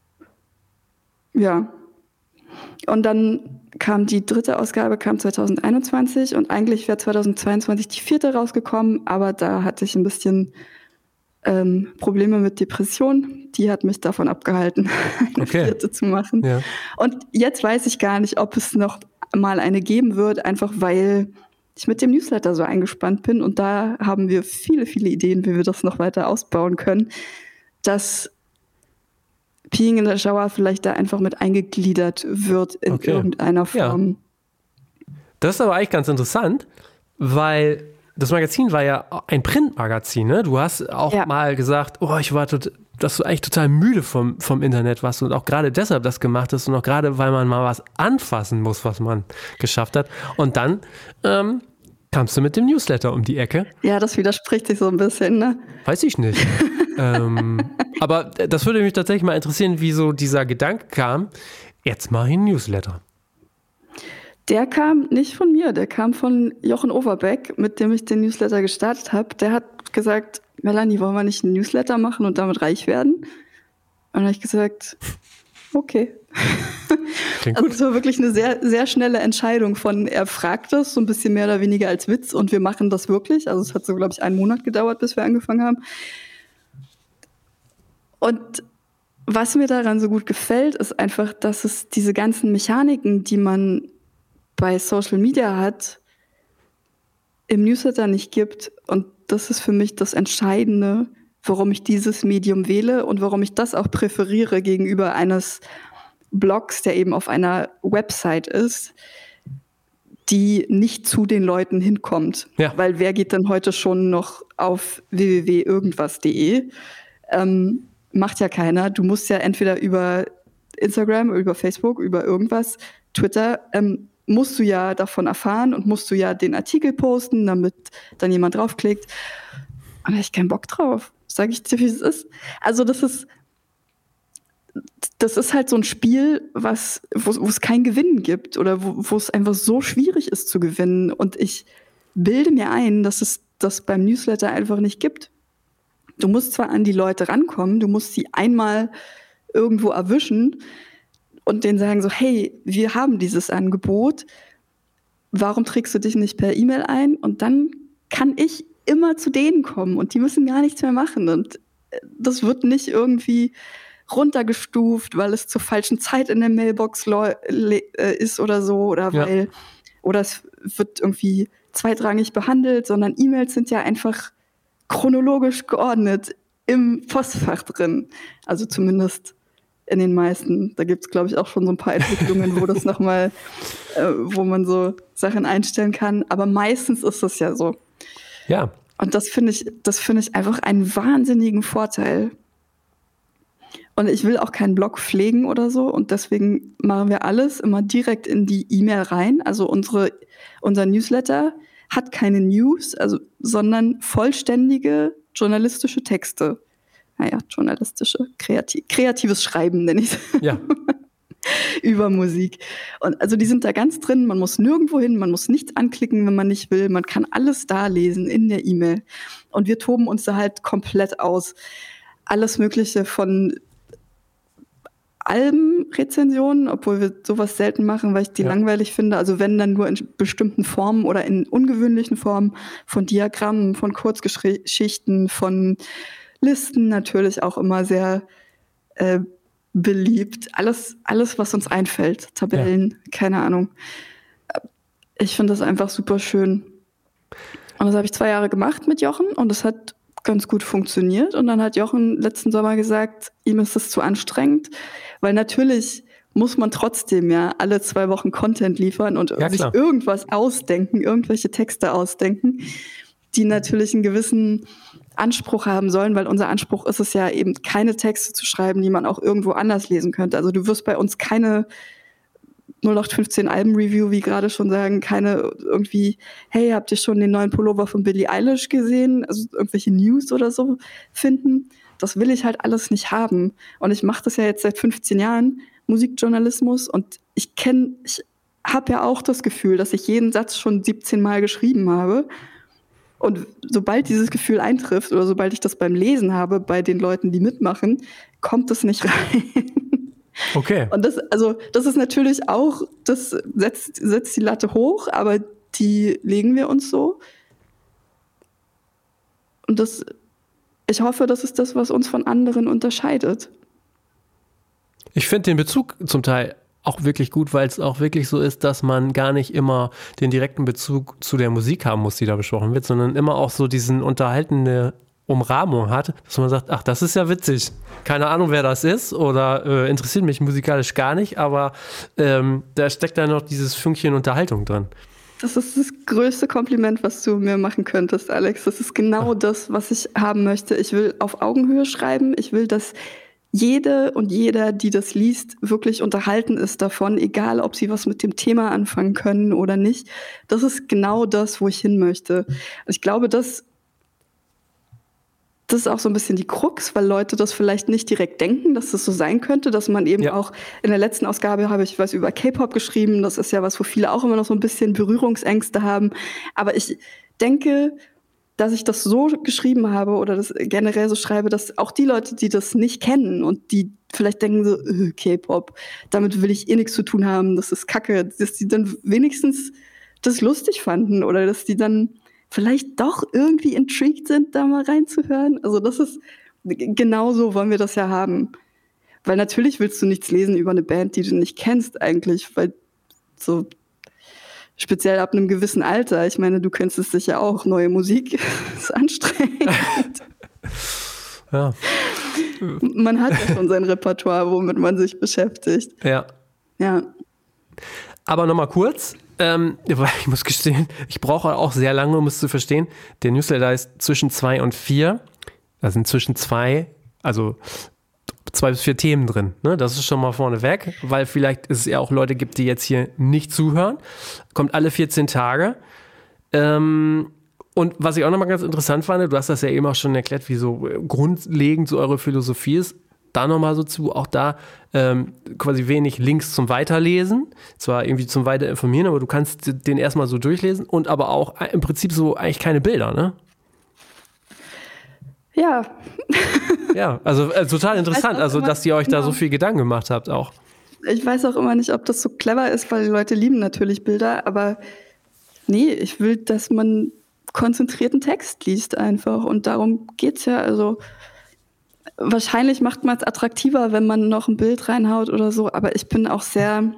Ja. Und dann kam die dritte Ausgabe, kam zwanzig einundzwanzig und eigentlich wäre zwanzig zweiundzwanzig die vierte rausgekommen, aber da hatte ich ein bisschen ähm, Probleme mit Depression. Die hat mich davon abgehalten, eine okay. vierte zu machen. Ja. Und jetzt weiß ich gar nicht, ob es noch mal eine geben wird, einfach weil ich mit dem Newsletter so eingespannt bin und da haben wir viele, viele Ideen, wie wir das noch weiter ausbauen können, dass Peeing in the Shower vielleicht da einfach mit eingegliedert wird in okay. irgendeiner Form. Ja. Das ist aber eigentlich ganz interessant, weil das Magazin war ja ein Printmagazin, ne? Du hast auch ja. mal gesagt, oh, ich war tot, dass du eigentlich total müde vom, vom Internet warst und auch gerade deshalb das gemacht hast und auch gerade, weil man mal was anfassen muss, was man geschafft hat. Und dann ähm, kamst du mit dem Newsletter um die Ecke. Ja, das widerspricht sich so ein bisschen, ne? Weiß ich nicht. ähm, aber das würde mich tatsächlich mal interessieren, wie so dieser Gedanke kam, jetzt mache ich einen Newsletter. Der kam nicht von mir, der kam von Jochen Overbeck, mit dem ich den Newsletter gestartet habe. Der hat gesagt, Melanie, wollen wir nicht einen Newsletter machen und damit reich werden? Und dann habe ich gesagt, okay. Klingt also es war wirklich eine sehr, sehr schnelle Entscheidung von, er fragt das so ein bisschen mehr oder weniger als Witz und wir machen das wirklich. Also es hat so, glaube ich, einen Monat gedauert, bis wir angefangen haben. Und was mir daran so gut gefällt, ist einfach, dass es diese ganzen Mechaniken, die man bei Social Media hat, im Newsletter nicht gibt. Und das ist für mich das Entscheidende, warum ich dieses Medium wähle und warum ich das auch präferiere gegenüber eines Blogs, der eben auf einer Website ist, die nicht zu den Leuten hinkommt. Ja. Weil wer geht denn heute schon noch auf w w w punkt irgendwas punkt de? Ähm, macht ja keiner. Du musst ja entweder über Instagram, über Facebook, über irgendwas, Twitter, ähm, musst du ja davon erfahren und musst du ja den Artikel posten, damit dann jemand draufklickt. Und da habe ich keinen Bock drauf. Sag ich dir, wie es ist. Also das ist, das ist halt so ein Spiel, was, wo, wo es kein Gewinnen gibt oder wo, wo es einfach so schwierig ist zu gewinnen. Und ich bilde mir ein, dass es das beim Newsletter einfach nicht gibt. Du musst zwar an die Leute rankommen, du musst sie einmal irgendwo erwischen und denen sagen so, hey, wir haben dieses Angebot, warum trägst du dich nicht per E-Mail ein? Und dann kann ich immer zu denen kommen und die müssen gar nichts mehr machen. Und das wird nicht irgendwie runtergestuft, weil es zur falschen Zeit in der Mailbox ist oder so, oder weil, ja. oder es wird irgendwie zweitrangig behandelt, sondern E-Mails sind ja einfach chronologisch geordnet im Postfach drin. Also zumindest in den meisten. Da gibt es, glaube ich, auch schon so ein paar Entwicklungen, wo das nochmal, äh, wo man so Sachen einstellen kann. Aber meistens ist das ja so. Ja. Und das finde ich, das finde ich einfach einen wahnsinnigen Vorteil. Und ich will auch keinen Blog pflegen oder so. Und deswegen machen wir alles immer direkt in die E-Mail rein. Also unsere, unser Newsletter hat keine News, also, sondern vollständige journalistische Texte. Naja, journalistische, kreativ, kreatives Schreiben nenne ich es. Ja. Über Musik. Und also die sind da ganz drin, man muss nirgendwo hin, man muss nichts anklicken, wenn man nicht will. Man kann alles da lesen in der E-Mail. Und wir toben uns da halt komplett aus. Alles Mögliche von Albenrezensionen, obwohl wir sowas selten machen, weil ich die ja. langweilig finde. Also wenn, dann nur in bestimmten Formen oder in ungewöhnlichen Formen, von Diagrammen, von Kurzgeschichten, von Listen, natürlich auch immer sehr äh, beliebt. Alles, alles, was uns einfällt. Tabellen, ja. keine Ahnung. Ich finde das einfach super schön. Und das habe ich zwei Jahre gemacht mit Jochen und das hat ganz gut funktioniert. Und dann hat Jochen letzten Sommer gesagt, ihm ist das zu anstrengend, weil natürlich muss man trotzdem ja alle zwei Wochen Content liefern und ja, sich irgendwas ausdenken, irgendwelche Texte ausdenken, die natürlich einen gewissen Anspruch haben sollen, weil unser Anspruch ist es ja eben, keine Texte zu schreiben, die man auch irgendwo anders lesen könnte. Also du wirst bei uns keine null acht fünfzehn Alben-Review, wie gerade schon sagen, keine irgendwie, hey, habt ihr schon den neuen Pullover von Billie Eilish gesehen? Also irgendwelche News oder so finden. Das will ich halt alles nicht haben. Und ich mache das ja jetzt seit fünfzehn Jahren, Musikjournalismus, und ich kenne, ich habe ja auch das Gefühl, dass ich jeden Satz schon siebzehn Mal geschrieben habe. Und sobald dieses Gefühl eintrifft oder sobald ich das beim Lesen habe bei den Leuten, die mitmachen, kommt es nicht rein. Okay. Und das, also, das ist natürlich auch, das setzt, setzt die Latte hoch, aber die legen wir uns so. Und das, ich hoffe, das ist das, was uns von anderen unterscheidet. Ich finde den Bezug zum Teil auch wirklich gut, weil es auch wirklich so ist, dass man gar nicht immer den direkten Bezug zu der Musik haben muss, die da besprochen wird, sondern immer auch so diesen unterhaltende Umrahmung hat, dass man sagt, ach, das ist ja witzig. Keine Ahnung, wer das ist oder äh, interessiert mich musikalisch gar nicht, aber ähm, da steckt da noch dieses Fünkchen Unterhaltung dran. Das ist das größte Kompliment, was du mir machen könntest, Alex. Das ist genau ach. das, was ich haben möchte. Ich will auf Augenhöhe schreiben. Ich will, dass jede und jeder, die das liest, wirklich unterhalten ist davon, egal ob sie was mit dem Thema anfangen können oder nicht. Das ist genau das, wo ich hin möchte. Ich glaube, das Das ist auch so ein bisschen die Krux, weil Leute das vielleicht nicht direkt denken, dass das so sein könnte, dass man eben ja. auch in der letzten Ausgabe habe ich was über K-Pop geschrieben. Das ist ja was, wo viele auch immer noch so ein bisschen Berührungsängste haben. Aber ich denke, dass ich das so geschrieben habe oder das generell so schreibe, dass auch die Leute, die das nicht kennen und die vielleicht denken so, äh, K-Pop, damit will ich eh nichts zu tun haben, das ist Kacke, dass die dann wenigstens das lustig fanden oder dass die dann vielleicht doch irgendwie intrigued sind, da mal reinzuhören. Also das ist, genauso wollen wir das ja haben. Weil natürlich willst du nichts lesen über eine Band, die du nicht kennst eigentlich, weil so speziell ab einem gewissen Alter, ich meine, du kennst es sicher auch, neue Musik ist anstrengend. Ja. Man hat ja schon sein Repertoire, womit man sich beschäftigt. Ja. Ja. Aber nochmal kurz, ähm, ich muss gestehen, ich brauche auch sehr lange, um es zu verstehen. Der Newsletter ist zwischen zwei und vier. Da sind zwischen zwei, also zwei bis vier Themen drin. Ne? Das ist schon mal vorne weg, weil vielleicht es ja auch Leute gibt, die jetzt hier nicht zuhören. Kommt alle vierzehn Tage. Ähm, und was ich auch nochmal ganz interessant fand, du hast das ja eben auch schon erklärt, wie so grundlegend so eure Philosophie ist. Da nochmal so zu, auch da ähm, quasi wenig Links zum Weiterlesen, zwar irgendwie zum Weiterinformieren, aber du kannst den erstmal so durchlesen und aber auch im Prinzip so eigentlich keine Bilder, ne? Ja. Ja, also äh, total interessant, also dass ihr euch da so viel Gedanken gemacht habt auch. Ich weiß auch immer nicht, ob das so clever ist, weil die Leute lieben natürlich Bilder, aber nee, ich will, dass man konzentrierten Text liest einfach. Und darum geht's ja. Also wahrscheinlich macht man es attraktiver, wenn man noch ein Bild reinhaut oder so. Aber ich bin auch sehr,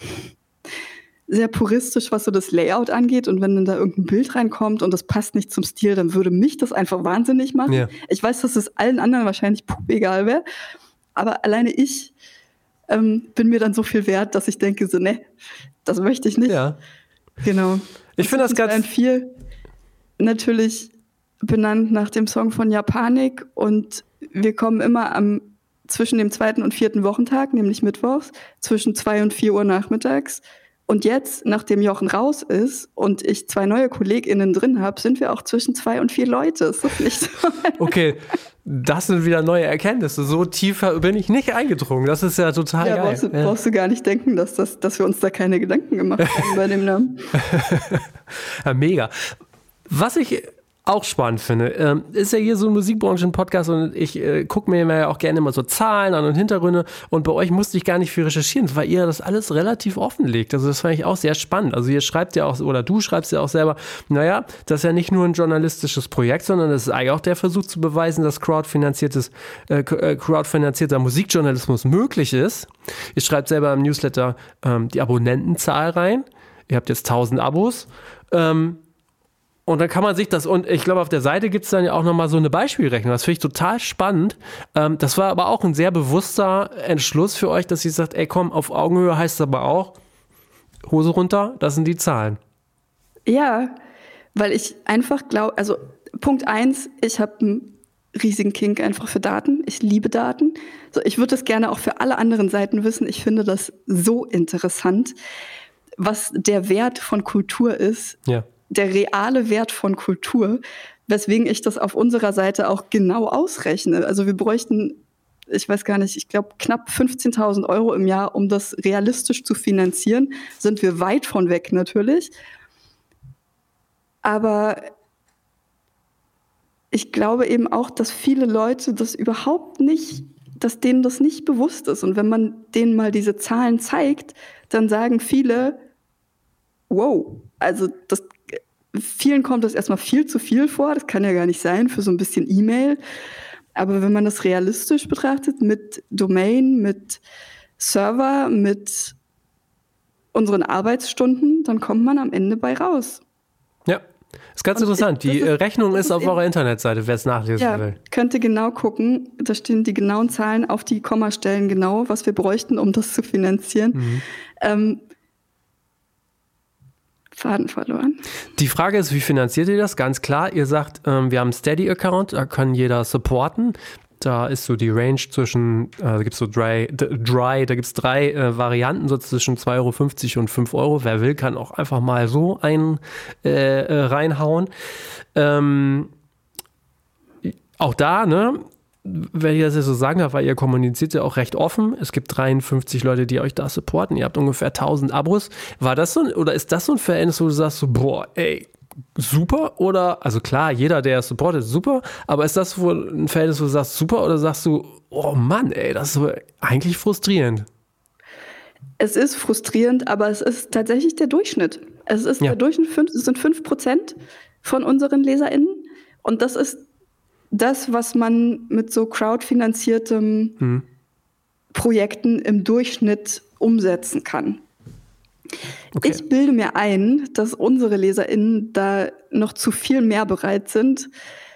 sehr puristisch, was so das Layout angeht. Und wenn dann da irgendein Bild reinkommt und das passt nicht zum Stil, dann würde mich das einfach wahnsinnig machen. Ja. Ich weiß, dass es allen anderen wahrscheinlich pup egal wäre. Aber alleine ich ähm, bin mir dann so viel wert, dass ich denke so, ne, das möchte ich nicht. Ja. Genau. Ich finde das ganz... viel natürlich benannt nach dem Song von Japanik. Und wir kommen immer am zwischen dem zweiten und vierten Wochentag, nämlich mittwochs, zwischen zwei und vier Uhr nachmittags. Und jetzt, nachdem Jochen raus ist und ich zwei neue KollegInnen drin habe, sind wir auch zwischen zwei und vier Leute. Das ist nicht so. Okay, das sind wieder neue Erkenntnisse. So tiefer bin ich nicht eingedrungen. Das ist ja total ja, geil. Brauchst du, ja. brauchst du gar nicht denken, dass, das, dass wir uns da keine Gedanken gemacht haben bei dem Namen. Ja, mega. Was ich auch spannend finde, ähm, ist ja hier so ein Musikbranchen-Podcast und ich äh, gucke mir ja auch gerne immer so Zahlen an und Hintergründe und bei euch musste ich gar nicht viel recherchieren, weil ihr das alles relativ offenlegt. Also das fand ich auch sehr spannend. Also ihr schreibt ja auch, oder du schreibst ja auch selber, naja, das ist ja nicht nur ein journalistisches Projekt, sondern das ist eigentlich auch der Versuch zu beweisen, dass crowdfinanziertes, äh, crowdfinanzierter Musikjournalismus möglich ist. Ihr schreibt selber im Newsletter ähm, die Abonnentenzahl rein. Ihr habt jetzt tausend Abos. Ähm, Und dann kann man sich das, und ich glaube, auf der Seite gibt es dann ja auch nochmal so eine Beispielrechnung. Das finde ich total spannend. Ähm, das war aber auch ein sehr bewusster Entschluss für euch, dass ihr sagt, ey komm, auf Augenhöhe heißt es aber auch, Hose runter, das sind die Zahlen. Ja, weil ich einfach glaube, also Punkt eins, ich habe einen riesigen Kink einfach für Daten. Ich liebe Daten. So, ich würde das gerne auch für alle anderen Seiten wissen. Ich finde das so interessant, was der Wert von Kultur ist. Ja. Der reale Wert von Kultur, weswegen ich das auf unserer Seite auch genau ausrechne. Also wir bräuchten, ich weiß gar nicht, ich glaube knapp fünfzehntausend Euro im Jahr, um das realistisch zu finanzieren. Sind wir weit von weg natürlich. Aber ich glaube eben auch, dass viele Leute das überhaupt nicht, dass denen das nicht bewusst ist. Und wenn man denen mal diese Zahlen zeigt, dann sagen viele, wow, also das vielen kommt das erstmal viel zu viel vor. Das kann ja gar nicht sein für so ein bisschen E-Mail. Aber wenn man das realistisch betrachtet, mit Domain, mit Server, mit unseren Arbeitsstunden, dann kommt man am Ende bei raus. Ja, ist ganz Und interessant. Die ist, Rechnung ist auf eben, eurer Internetseite, wer es nachlesen ja, will. Könnt ihr genau gucken. Da stehen die genauen Zahlen auf die Kommastellen genau, was wir bräuchten, um das zu finanzieren. Mhm. Ähm, Faden verloren. Die Frage ist, wie finanziert ihr das? Ganz klar, ihr sagt, ähm, wir haben einen Steady-Account, da kann jeder supporten. Da ist so die Range zwischen, äh, da gibt es so Dry, Dry, da gibt es drei äh, Varianten, so zwischen zwei Euro fünfzig und fünf Euro. Wer will, kann auch einfach mal so einen äh, äh, reinhauen. Ähm, auch da, ne? Wenn ich das jetzt so sagen darf, weil ihr kommuniziert ja auch recht offen. Es gibt dreiundfünfzig Leute, die euch da supporten. Ihr habt ungefähr tausend Abos. War das so, oder ist das so ein Verhältnis, wo du sagst so, boah, ey, super? Oder, also klar, jeder, der supportet, super. Aber ist das wohl ein Verhältnis, wo du sagst, super? Oder sagst du, oh Mann, ey, das ist so eigentlich frustrierend? Es ist frustrierend, aber es ist tatsächlich der Durchschnitt. Es ist ja. der Durchschnitt, es sind fünf Prozent von unseren LeserInnen. Und das ist das, was man mit so crowdfinanzierten hm. Projekten im Durchschnitt umsetzen kann. Okay. Ich bilde mir ein, dass unsere LeserInnen da noch zu viel mehr bereit sind.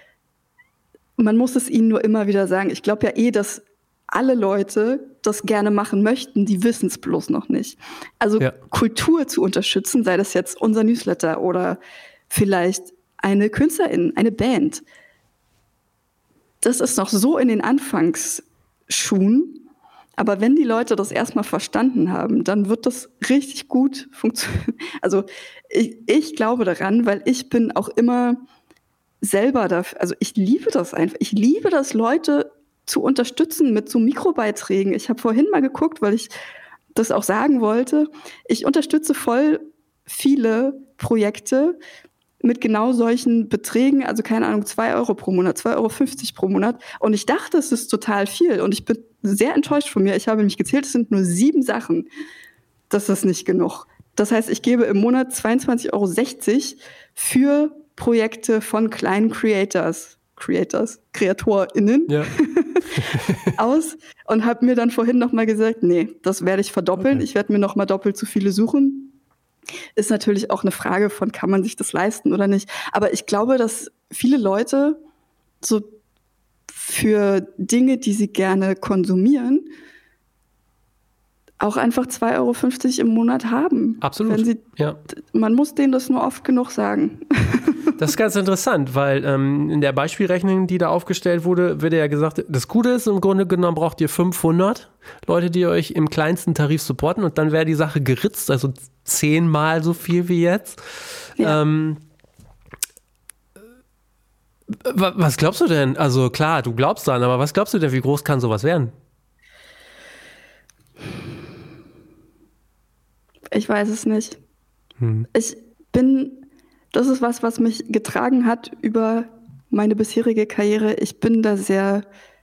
Man muss es ihnen nur immer wieder sagen. Ich glaube ja eh, dass alle Leute das gerne machen möchten, die wissen es bloß noch nicht. Also ja. Kultur zu unterstützen, sei das jetzt unser Newsletter oder vielleicht eine KünstlerIn, eine Band. Das ist noch so in den Anfangsschuhen. Aber wenn die Leute das erstmal verstanden haben, dann wird das richtig gut funktionieren. Also ich, ich glaube daran, weil ich bin auch immer selber dafür, also ich liebe das einfach. Ich liebe das, Leute zu unterstützen mit so Mikrobeiträgen. Ich habe vorhin mal geguckt, weil ich das auch sagen wollte. Ich unterstütze voll viele Projekte mit genau solchen Beträgen, also keine Ahnung, zwei Euro pro Monat, zwei Euro fünfzig pro Monat. Und ich dachte, es ist total viel. Und ich bin sehr enttäuscht von mir. Ich habe mich gezählt, es sind nur sieben Sachen. Das ist nicht genug. Das heißt, ich gebe im Monat zweiundzwanzig Euro sechzig für Projekte von kleinen Creators, Creators, KreatorInnen Ja. aus und habe mir dann vorhin nochmal gesagt, nee, das werde ich verdoppeln. Okay. Ich werde mir nochmal doppelt so viele suchen. Ist natürlich auch eine Frage von, kann man sich das leisten oder nicht. Aber ich glaube, dass viele Leute so für Dinge, die sie gerne konsumieren, auch einfach zwei Euro fünfzig im Monat haben. Absolut, Wenn sie, ja. Man muss denen das nur oft genug sagen. Das ist ganz interessant, weil ähm, in der Beispielrechnung, die da aufgestellt wurde, wird ja gesagt, das Gute ist, im Grunde genommen braucht ihr fünfhundert Leute, die euch im kleinsten Tarif supporten und dann wäre die Sache geritzt, also zehnmal so viel wie jetzt. Ja. Ähm, wa- was glaubst du denn? Also klar, du glaubst dran, aber was glaubst du denn, wie groß kann sowas werden? Ich weiß es nicht. Hm. Ich bin, das ist was, was mich getragen hat über meine bisherige Karriere. Ich bin da sehr,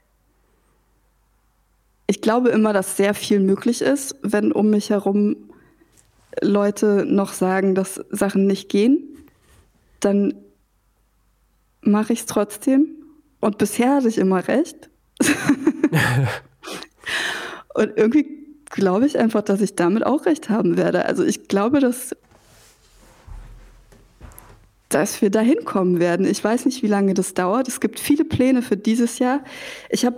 ich glaube immer, dass sehr viel möglich ist, wenn um mich herum Leute noch sagen, dass Sachen nicht gehen, dann mache ich es trotzdem. Und bisher hatte ich immer recht. Und irgendwie glaube ich einfach, dass ich damit auch recht haben werde. Also ich glaube, dass, dass wir da hinkommen werden. Ich weiß nicht, wie lange das dauert. Es gibt viele Pläne für dieses Jahr. Ich habe,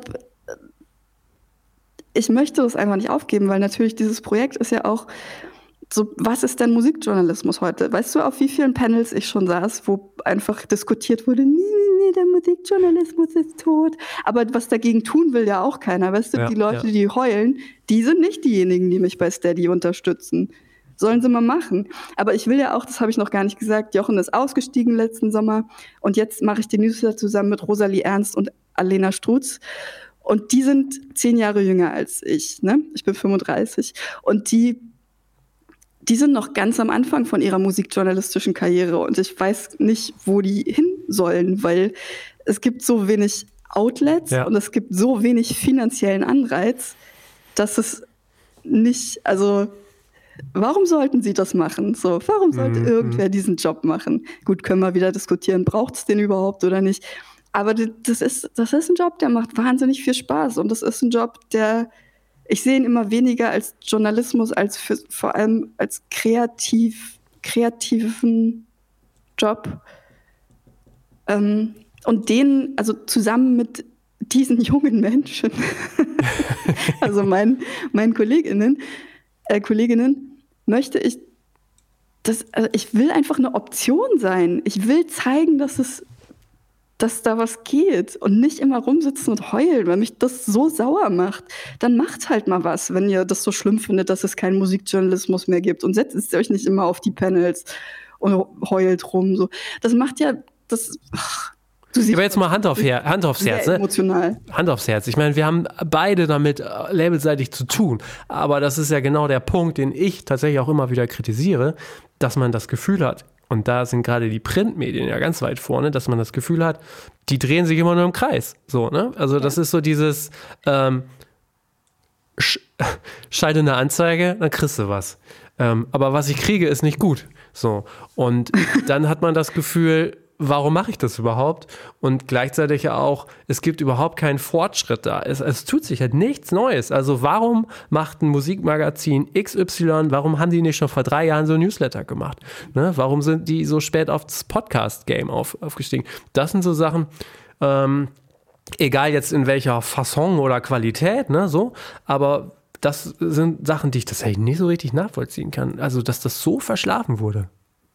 ich möchte das einfach nicht aufgeben, weil natürlich dieses Projekt ist ja auch so, was ist denn Musikjournalismus heute? Weißt du, auf wie vielen Panels ich schon saß, wo einfach diskutiert wurde, nee, nee, nee, der Musikjournalismus ist tot. Aber was dagegen tun will ja auch keiner. Weißt du, Ja, die Leute, ja. die heulen, die sind nicht diejenigen, die mich bei Steady unterstützen. Sollen sie mal machen. Aber ich will ja auch, das habe ich noch gar nicht gesagt, Jochen ist ausgestiegen letzten Sommer und jetzt mache ich den Newsletter zusammen mit Rosalie Ernst und Alena Strutz. Und die sind zehn Jahre jünger als ich. Ne? Ich bin fünfunddreißig. Und die Die sind noch ganz am Anfang von ihrer musikjournalistischen Karriere und ich weiß nicht, wo die hin sollen, weil es gibt so wenig Outlets Ja. und es gibt so wenig finanziellen Anreiz, dass es nicht, also warum sollten sie das machen? So, warum sollte Mhm. irgendwer diesen Job machen? Gut, können wir wieder diskutieren, braucht es den überhaupt oder nicht? Aber das ist, das ist ein Job, der macht wahnsinnig viel Spaß und das ist ein Job, der ich sehe ihn immer weniger als Journalismus, als für, vor allem als kreativ, kreativen Job. Ähm, und den, also zusammen mit diesen jungen Menschen, also meinen, meinen KollegInnen, äh, Kolleginnen, möchte ich, das, also ich will einfach eine Option sein. Ich will zeigen, dass es dass da was geht und nicht immer rumsitzen und heulen, weil mich das so sauer macht. Dann macht halt mal was, wenn ihr das so schlimm findet, dass es keinen Musikjournalismus mehr gibt und setzt euch nicht immer auf die Panels und heult rum. So. Das macht ja, das, ach, du siehst, Aber jetzt mal Hand, auf Her- Hand aufs sehr Herz. Ne? emotional. Hand aufs Herz. Ich meine, wir haben beide damit äh, labelseitig zu tun. Aber das ist ja genau der Punkt, den ich tatsächlich auch immer wieder kritisiere, dass man das Gefühl hat, und da sind gerade die Printmedien ja ganz weit vorne, dass man das Gefühl hat, die drehen sich immer nur im Kreis. So, ne? Also das ist so dieses ähm, sch- schalte eine Anzeige, dann kriegst du was. Ähm, aber was ich kriege, ist nicht gut. So. Und dann hat man das Gefühl, warum mache ich das überhaupt? Und gleichzeitig ja auch, es gibt überhaupt keinen Fortschritt da. Es, es tut sich halt nichts Neues. Also warum macht ein Musikmagazin X Y, warum haben die nicht schon vor drei Jahren so ein Newsletter gemacht? Ne? Warum sind die so spät aufs Podcast-Game auf, aufgestiegen? Das sind so Sachen, ähm, egal jetzt in welcher Fasson oder Qualität, ne, so, aber das sind Sachen, die ich tatsächlich nicht so richtig nachvollziehen kann. Also, dass das so verschlafen wurde.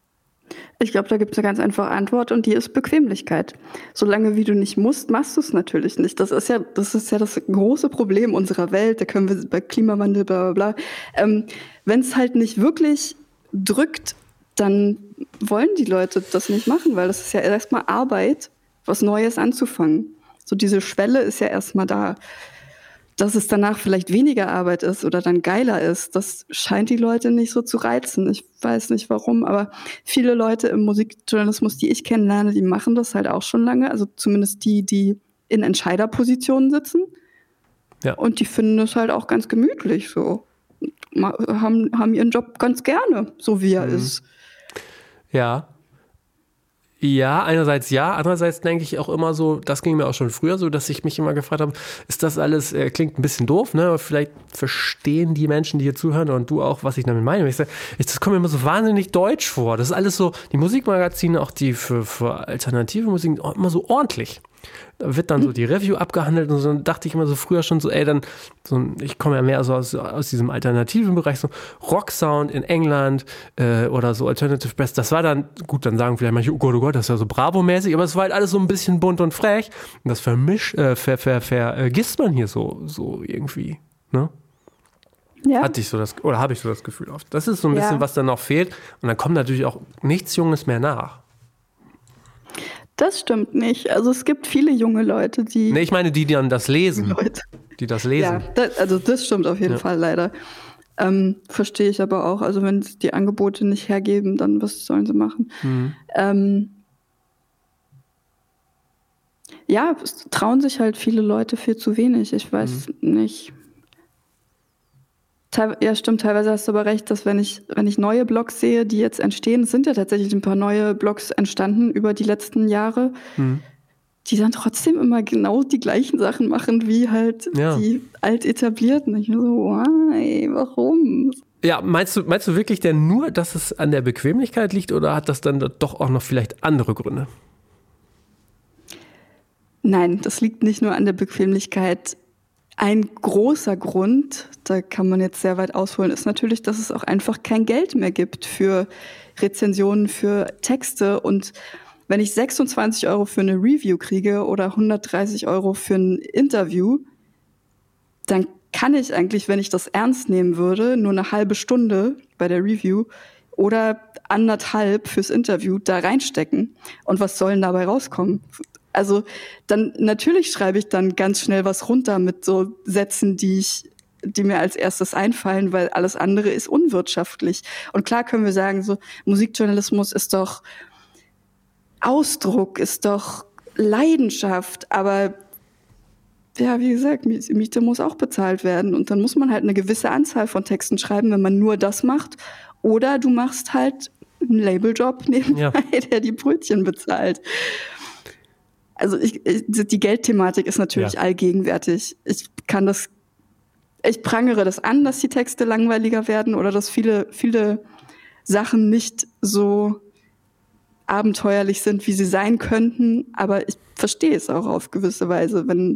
Ich glaube, da gibt es eine ganz einfache Antwort und die ist Bequemlichkeit. Solange wie du nicht musst, machst du es natürlich nicht. Das ist ja, das ist ja das große Problem unserer Welt. Da können wir bei Klimawandel, bla bla bla. Ähm, wenn es halt nicht wirklich drückt, dann wollen die Leute das nicht machen, weil das ist ja erstmal Arbeit, was Neues anzufangen. So diese Schwelle ist ja erstmal da. Dass es danach vielleicht weniger Arbeit ist oder dann geiler ist, das scheint die Leute nicht so zu reizen. Ich weiß nicht warum, aber viele Leute im Musikjournalismus, die ich kennenlerne, die machen das halt auch schon lange. Also zumindest die, die in Entscheiderpositionen sitzen. Ja. Und die finden das halt auch ganz gemütlich so. Ma- Haben, haben ihren Job ganz gerne, so wie er Mhm. ist. Ja. Ja, einerseits ja, andererseits denke ich auch immer so, das ging mir auch schon früher so, dass ich mich immer gefragt habe, ist das alles, äh, klingt ein bisschen doof, ne? Aber vielleicht verstehen die Menschen, die hier zuhören und du auch, was ich damit meine. Ich sage, das kommt mir immer so wahnsinnig deutsch vor. Das ist alles so, die Musikmagazine, auch die für, für alternative Musik, immer so ordentlich. Da wird dann so die Review abgehandelt und so, dann dachte ich immer so früher schon so, ey, dann, so, ich komme ja mehr so aus, aus diesem alternativen Bereich, so Rocksound in England äh, oder so Alternative Press, das war dann, gut, dann sagen vielleicht manche, oh Gott, oh Gott, das ist ja so Bravo-mäßig, aber es war halt alles so ein bisschen bunt und frech und das vermischt, äh, ver, ver, vergisst man hier so, so irgendwie, ne? Ja. Hatte ich so das, oder habe ich so das Gefühl oft. Das ist so ein bisschen, ja. was dann noch fehlt und dann kommt natürlich auch nichts Junges mehr nach. Das stimmt nicht. Also es gibt viele junge Leute, die... Nee, ich meine, die, die dann das lesen. Leute. Die das lesen. Ja, das, also das stimmt auf jeden ja. Fall leider. Ähm, verstehe ich aber auch. Also wenn die Angebote nicht hergeben, dann was sollen sie machen? Mhm. Ähm, ja, es trauen sich halt viele Leute viel zu wenig. Ich weiß mhm. nicht... Ja, stimmt, teilweise hast du aber recht, dass wenn ich, wenn ich neue Blogs sehe, die jetzt entstehen, es sind ja tatsächlich ein paar neue Blogs entstanden über die letzten Jahre, mhm. die dann trotzdem immer genau die gleichen Sachen machen wie halt ja. die alt etablierten. Ich bin so, why, warum? Ja, meinst du, meinst du wirklich denn nur, dass es an der Bequemlichkeit liegt oder hat das dann doch auch noch vielleicht andere Gründe? Nein, das liegt nicht nur an der Bequemlichkeit. Ein großer Grund, da kann man jetzt sehr weit ausholen, ist natürlich, dass es auch einfach kein Geld mehr gibt für Rezensionen, für Texte. Und wenn ich sechsundzwanzig Euro für eine Review kriege oder hundertdreißig Euro für ein Interview, dann kann ich eigentlich, wenn ich das ernst nehmen würde, nur eine halbe Stunde bei der Review oder anderthalb fürs Interview da reinstecken. Und was soll denn dabei rauskommen? Also dann natürlich schreibe ich dann ganz schnell was runter mit so Sätzen, die ich, die mir als erstes einfallen, weil alles andere ist unwirtschaftlich. Und klar können wir sagen, so Musikjournalismus ist doch Ausdruck, ist doch Leidenschaft, aber ja, wie gesagt, Miete muss auch bezahlt werden und dann muss man halt eine gewisse Anzahl von Texten schreiben, wenn man nur das macht. Oder du machst halt einen Labeljob nebenbei, ja. der die Brötchen bezahlt. Also ich, ich, die Geldthematik ist natürlich ja. allgegenwärtig. Ich kann das, ich prangere das an, dass die Texte langweiliger werden oder dass viele, viele Sachen nicht so abenteuerlich sind, wie sie sein könnten. Aber ich verstehe es auch auf gewisse Weise, wenn,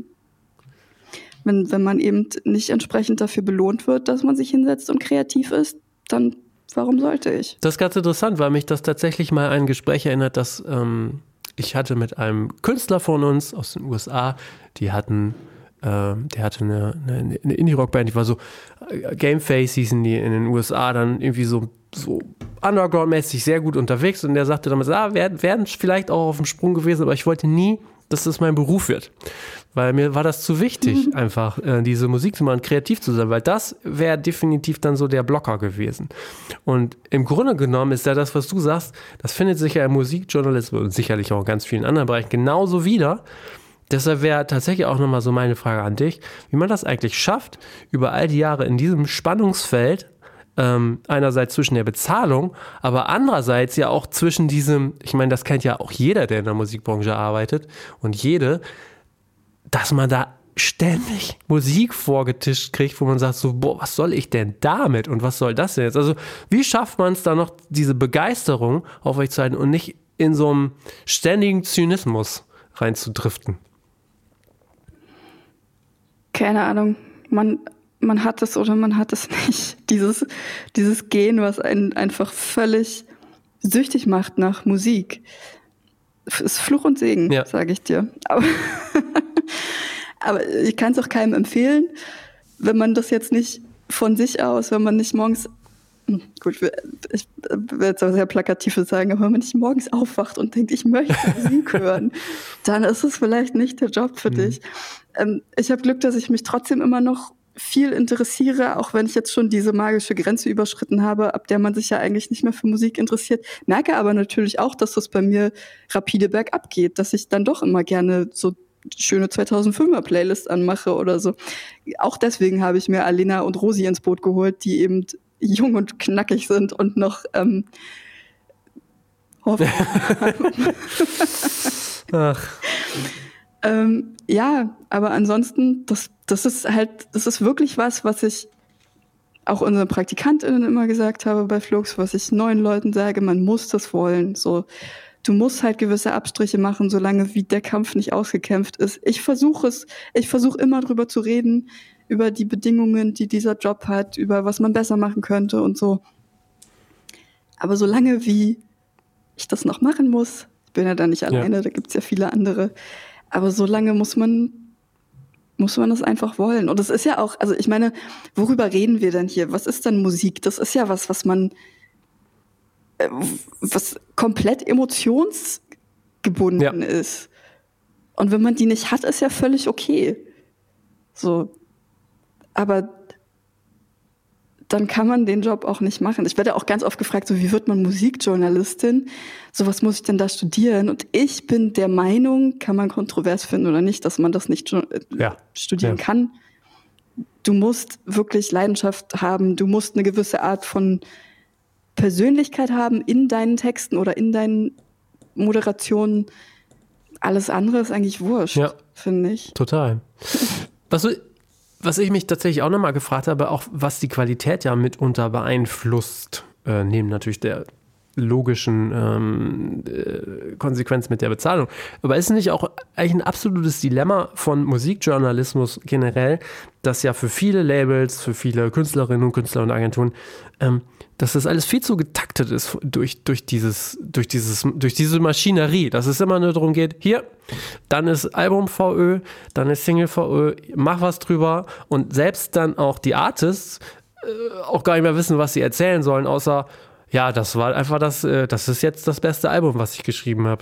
wenn, wenn man eben nicht entsprechend dafür belohnt wird, dass man sich hinsetzt und kreativ ist, dann warum sollte ich? Das ist ganz interessant, weil mich das tatsächlich mal an ein Gespräch erinnert, dass ähm ich hatte mit einem Künstler von uns aus den U S A, die hatten, äh, der hatte eine, eine, eine Indie-Rock-Band, die war so, äh, Gameface hießen die in den U S A, dann irgendwie so, so Underground-mäßig sehr gut unterwegs und der sagte damals, ah, werden, werden vielleicht auch auf dem Sprung gewesen, aber ich wollte nie, dass das mein Beruf wird. Weil mir war das zu wichtig, mhm. einfach äh, diese Musik zu machen, kreativ zu sein, weil das wäre definitiv dann so der Blocker gewesen. Und im Grunde genommen ist ja das, was du sagst, das findet sich ja im Musikjournalismus und sicherlich auch in ganz vielen anderen Bereichen genauso wieder. Deshalb wäre tatsächlich auch nochmal so meine Frage an dich, wie man das eigentlich schafft, über all die Jahre in diesem Spannungsfeld, ähm, einerseits zwischen der Bezahlung, aber andererseits ja auch zwischen diesem, ich meine, das kennt ja auch jeder, der in der Musikbranche arbeitet und jede, dass man da ständig Musik vorgetischt kriegt, wo man sagt so, boah, was soll ich denn damit und was soll das denn jetzt? Also wie schafft man es da noch, diese Begeisterung aufrechtzuerhalten und nicht in so einem ständigen Zynismus reinzudriften? Keine Ahnung. Man, man hat es oder man hat es nicht. Dieses, dieses Gen, was einen einfach völlig süchtig macht nach Musik. Ist Fluch und Segen, ja. sage ich dir. Aber, aber ich kann es auch keinem empfehlen, wenn man das jetzt nicht von sich aus, wenn man nicht morgens, gut, ich werde jetzt auch sehr Plakatives sagen, aber wenn man nicht morgens aufwacht und denkt, ich möchte Musik hören, dann ist es vielleicht nicht der Job für mhm. dich. Ähm, ich habe Glück, dass ich mich trotzdem immer noch viel interessiere, auch wenn ich jetzt schon diese magische Grenze überschritten habe, ab der man sich ja eigentlich nicht mehr für Musik interessiert. Merke aber natürlich auch, dass das bei mir rapide bergab geht, dass ich dann doch immer gerne so schöne zweitausendfünfer Playlist anmache oder so. Auch deswegen habe ich mir Alena und Rosi ins Boot geholt, die eben jung und knackig sind und noch ähm, Ach. ähm, ja, aber ansonsten, das, das ist halt, das ist wirklich was, was ich auch unseren PraktikantInnen immer gesagt habe bei Flux, was ich neuen Leuten sage, man muss das wollen. So, du musst halt gewisse Abstriche machen, solange wie der Kampf nicht ausgekämpft ist. Ich versuche es, ich versuche immer drüber zu reden, über die Bedingungen, die dieser Job hat, über was man besser machen könnte und so. Aber solange wie ich das noch machen muss, ich bin ja da nicht alleine, ja. Da gibt's ja viele andere, aber solange muss man muss man das einfach wollen. Und das ist ja auch, also ich meine, worüber reden wir denn hier? Was ist denn Musik? Das ist ja was, was man, äh, was komplett emotionsgebunden ja. ist. Und wenn man die nicht hat, ist ja völlig okay. So. Aber dann kann man den Job auch nicht machen. Ich werde auch ganz oft gefragt, so wie wird man Musikjournalistin? So was muss ich denn da studieren? Und ich bin der Meinung, kann man kontrovers finden oder nicht, dass man das nicht ja. studieren ja. kann. Du musst wirklich Leidenschaft haben. Du musst eine gewisse Art von Persönlichkeit haben in deinen Texten oder in deinen Moderationen. Alles andere ist eigentlich wurscht, ja. finde ich. Total. Was du Was ich mich tatsächlich auch nochmal gefragt habe, auch was die Qualität ja mitunter beeinflusst, äh, neben natürlich der logischen ähm, äh, Konsequenz mit der Bezahlung. Aber ist nicht auch eigentlich ein absolutes Dilemma von Musikjournalismus generell, dass ja für viele Labels, für viele Künstlerinnen und Künstler und Agenturen, ähm, dass das alles viel zu getaktet ist durch, durch, dieses, durch, dieses, durch diese Maschinerie, dass es immer nur darum geht, hier, dann ist Album V Ö, dann ist Single V Ö, mach was drüber und selbst dann auch die Artists äh, auch gar nicht mehr wissen, was sie erzählen sollen, außer ja, das war einfach das, äh, das ist jetzt das beste Album, was ich geschrieben habe.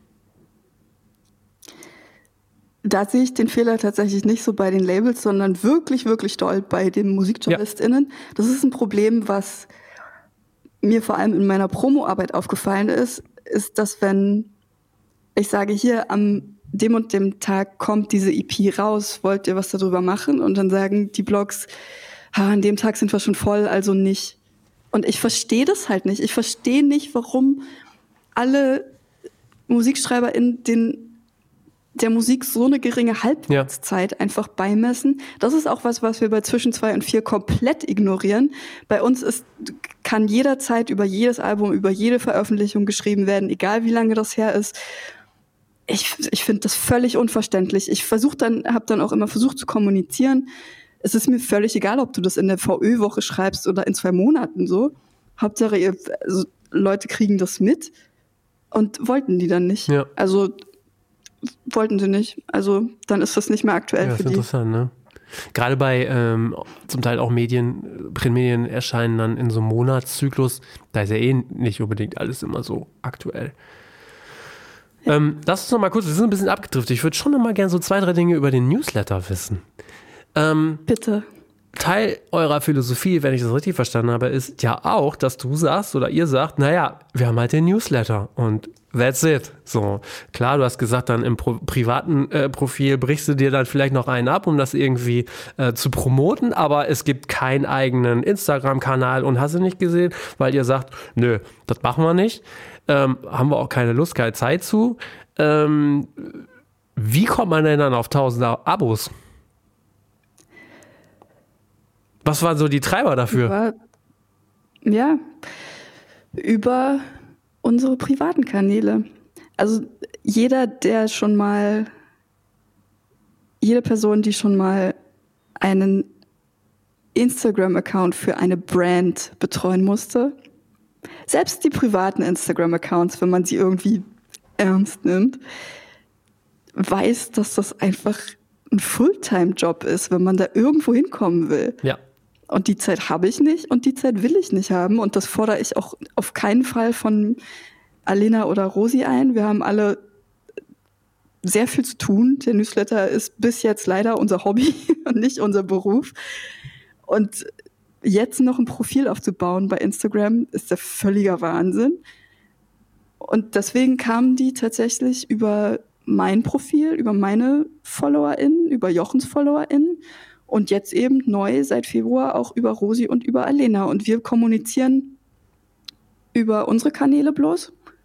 Da sehe ich den Fehler tatsächlich nicht so bei den Labels, sondern wirklich, wirklich doll bei den MusikjournalistInnen. Ja. Das ist ein Problem, was mir vor allem in meiner Promoarbeit aufgefallen ist, ist, dass wenn ich sage, hier am dem und dem Tag kommt diese E P raus, wollt ihr was darüber machen? Und dann sagen die Blogs, ah, an dem Tag sind wir schon voll, also nicht. Und ich verstehe das halt nicht. Ich verstehe nicht, warum alle MusikschreiberInnen den der Musik so eine geringe Halbwertszeit ja. einfach beimessen. Das ist auch was, was wir bei zwischen zwei und vier komplett ignorieren. Bei uns ist, kann jederzeit über jedes Album, über jede Veröffentlichung geschrieben werden, egal wie lange das her ist. Ich, ich finde das völlig unverständlich. Ich versuche dann, habe dann auch immer versucht zu kommunizieren. Es ist mir völlig egal, ob du das in der V Ö-Woche schreibst oder in zwei Monaten so. Hauptsache, ihr, also Leute kriegen das mit und wollten die dann nicht. Ja. Also wollten sie nicht. Also dann ist das nicht mehr aktuell ja, für die. Das ist interessant, ne? Gerade bei ähm, zum Teil auch Medien, Printmedien erscheinen dann in so einem Monatszyklus. Da ist ja eh nicht unbedingt alles immer so aktuell. Ja. Ähm, lass uns noch mal kurz, wir sind ein bisschen abgedriftet. Ich würde schon noch mal gerne so zwei, drei Dinge über den Newsletter wissen. Ähm, Bitte. Teil eurer Philosophie, wenn ich das richtig verstanden habe, ist ja auch, dass du sagst oder ihr sagt, naja, wir haben halt den Newsletter und that's it. So, klar, du hast gesagt, dann im Pro- privaten äh, Profil brichst du dir dann vielleicht noch einen ab, um das irgendwie äh, zu promoten, aber es gibt keinen eigenen Instagram-Kanal und hast du nicht gesehen, weil ihr sagt, nö, das machen wir nicht. Ähm, haben wir auch keine Lust, keine Zeit zu. Ähm, wie kommt man denn dann auf tausend Abos? Was waren so die Treiber dafür? Über, ja, über unsere privaten Kanäle. Also jeder, der schon mal, jede Person, die schon mal einen Instagram-Account für eine Brand betreuen musste, selbst die privaten Instagram-Accounts, wenn man sie irgendwie ernst nimmt, weiß, dass das einfach ein Fulltime-Job ist, wenn man da irgendwo hinkommen will. Ja. Und die Zeit habe ich nicht und die Zeit will ich nicht haben. Und das fordere ich auch auf keinen Fall von Alena oder Rosi ein. Wir haben alle sehr viel zu tun. Der Newsletter ist bis jetzt leider unser Hobby und nicht unser Beruf. Und jetzt noch ein Profil aufzubauen bei Instagram ist der völliger Wahnsinn. Und deswegen kamen die tatsächlich über mein Profil, über meine FollowerInnen, über Jochens FollowerInnen. Und jetzt eben neu seit Februar auch über Rosi und über Alena. Und wir kommunizieren über unsere Kanäle bloß.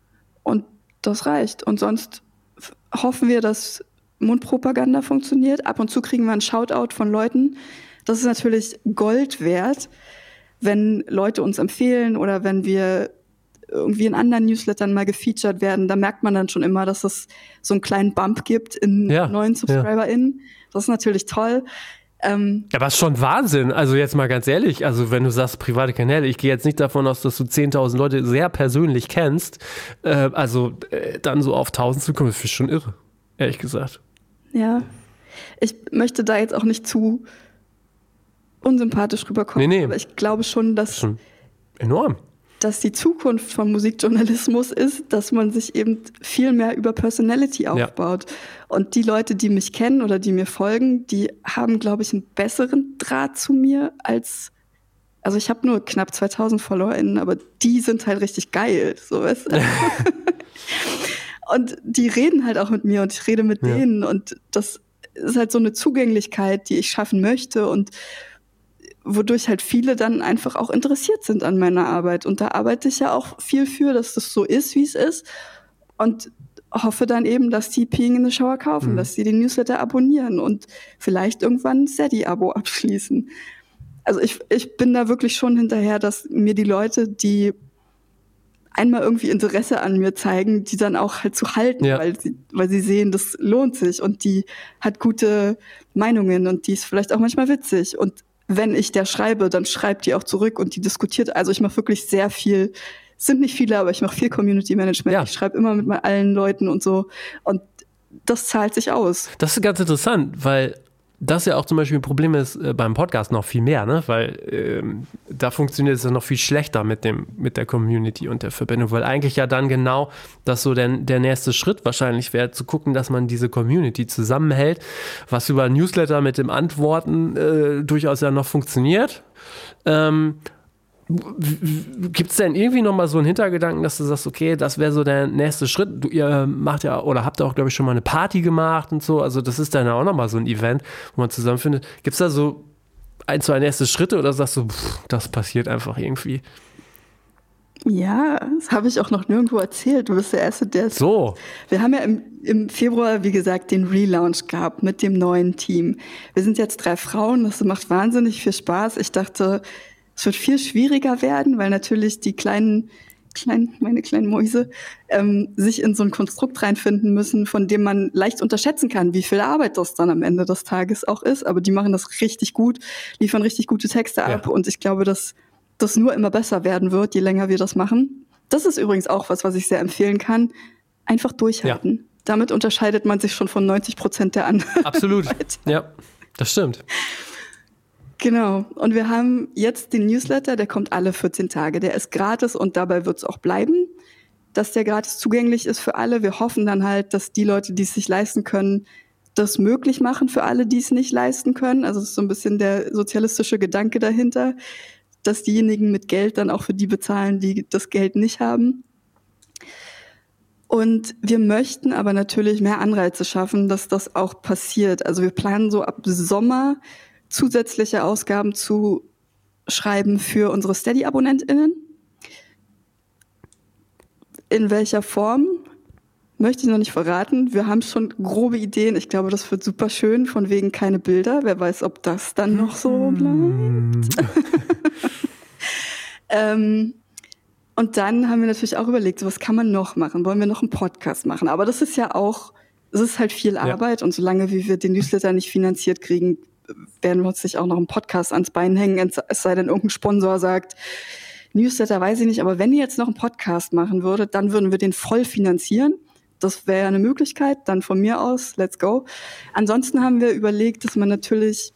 Und das reicht. Und sonst f- hoffen wir, dass Mundpropaganda funktioniert. Ab und zu kriegen wir einen Shoutout von Leuten. Das ist natürlich Gold wert, wenn Leute uns empfehlen oder wenn wir irgendwie in anderen Newslettern mal gefeatured werden. Da merkt man dann schon immer, dass es so einen kleinen Bump gibt in Ja, neuen SubscriberInnen. Das ist natürlich toll. Ähm, Aber es ist schon Wahnsinn. Also jetzt mal ganz ehrlich, also wenn du sagst private Kanäle, ich gehe jetzt nicht davon aus, dass du zehntausend Leute sehr persönlich kennst. Äh, also äh, dann so auf tausend zu kommen, das ist schon irre, ehrlich gesagt. ja, ich möchte da jetzt auch nicht zu unsympathisch rüberkommen. Nee, nee. Aber ich glaube schon, dass Schon enorm. dass die Zukunft von Musikjournalismus ist, dass man sich eben viel mehr über Personality aufbaut. Ja. Und die Leute, die mich kennen oder die mir folgen, die haben, glaube ich, einen besseren Draht zu mir als, also ich habe nur knapp zweitausend FollowerInnen, aber die sind halt richtig geil, so weißt du? Und die reden halt auch mit mir und ich rede mit ja. denen und das ist halt so eine Zugänglichkeit, die ich schaffen möchte und wodurch halt viele dann einfach auch interessiert sind an meiner Arbeit. Und da arbeite ich ja auch viel für, dass das so ist, wie es ist. Und hoffe dann eben, dass die Peeing in the Shower kaufen, mhm. dass sie den Newsletter abonnieren und vielleicht irgendwann ein Steady-Abo abschließen. Also ich, ich bin da wirklich schon hinterher, dass mir die Leute, die einmal irgendwie Interesse an mir zeigen, die dann auch halt zu halten, ja. weil sie, weil sie sehen, das lohnt sich und die hat gute Meinungen und die ist vielleicht auch manchmal witzig. Und wenn ich der schreibe, dann schreibt die auch zurück und die diskutiert. Also ich mache wirklich sehr viel, es sind nicht viele, aber ich mache viel Community Management. Ja. Ich schreibe immer mit allen Leuten und so. Und das zahlt sich aus. Das ist ganz interessant, weil das ja auch zum Beispiel ein Problem ist äh, beim Podcast noch viel mehr, ne? Weil ähm, da funktioniert es ja noch viel schlechter mit dem mit der Community und der Verbindung, weil eigentlich ja dann genau das so der, der nächste Schritt wahrscheinlich wäre, zu gucken, dass man diese Community zusammenhält, was über Newsletter mit dem Antworten äh, durchaus ja noch funktioniert. Ähm, Gibt es denn irgendwie nochmal so einen Hintergedanken, dass du sagst, okay, das wäre so der nächste Schritt? Du, ihr macht ja, oder habt ihr auch, glaube ich, schon mal eine Party gemacht und so, also das ist dann auch nochmal so ein Event, wo man zusammenfindet. Gibt es da so ein, zwei nächste Schritte oder sagst du, pff, das passiert einfach irgendwie? Ja, das habe ich auch noch nirgendwo erzählt. Du bist der Erste, der es... So. Wir haben ja im, im Februar, wie gesagt, den Relaunch gehabt mit dem neuen Team. Wir sind jetzt drei Frauen, das macht wahnsinnig viel Spaß. Ich dachte, es wird viel schwieriger werden, weil natürlich die kleinen, kleinen meine kleinen Mäuse, ähm, sich in so ein Konstrukt reinfinden müssen, von dem man leicht unterschätzen kann, wie viel Arbeit das dann am Ende des Tages auch ist. Aber die machen das richtig gut, liefern richtig gute Texte ab. Ja. Und ich glaube, dass das nur immer besser werden wird, je länger wir das machen. Das ist übrigens auch was, was ich sehr empfehlen kann. Einfach durchhalten. Ja. Damit unterscheidet man sich schon von neunzig Prozent der anderen. Absolut, ja, das stimmt. Genau. Und wir haben jetzt den Newsletter, der kommt alle vierzehn Tage. Der ist gratis und dabei wird es auch bleiben, dass der gratis zugänglich ist für alle. Wir hoffen dann halt, dass die Leute, die es sich leisten können, das möglich machen für alle, die es nicht leisten können. Also es ist so ein bisschen der sozialistische Gedanke dahinter, dass diejenigen mit Geld dann auch für die bezahlen, die das Geld nicht haben. Und wir möchten aber natürlich mehr Anreize schaffen, dass das auch passiert. Also wir planen so ab Sommer zusätzliche Ausgaben zu schreiben für unsere Steady-AbonnentInnen. In welcher Form, möchte ich noch nicht verraten. Wir haben schon grobe Ideen. Ich glaube, das wird super schön, von wegen keine Bilder. Wer weiß, ob das dann noch so bleibt. ähm, und dann haben wir natürlich auch überlegt, so was kann man noch machen? Wollen wir noch einen Podcast machen? Aber das ist ja auch, es ist halt viel Arbeit. Ja. Und solange wie wir den Newsletter nicht finanziert kriegen, werden wir uns nicht auch noch einen Podcast ans Bein hängen, es sei denn, irgendein Sponsor sagt, Newsletter weiß ich nicht, aber wenn ihr jetzt noch einen Podcast machen würdet, dann würden wir den voll finanzieren. Das wäre eine Möglichkeit, dann von mir aus, let's go. Ansonsten haben wir überlegt, dass man natürlich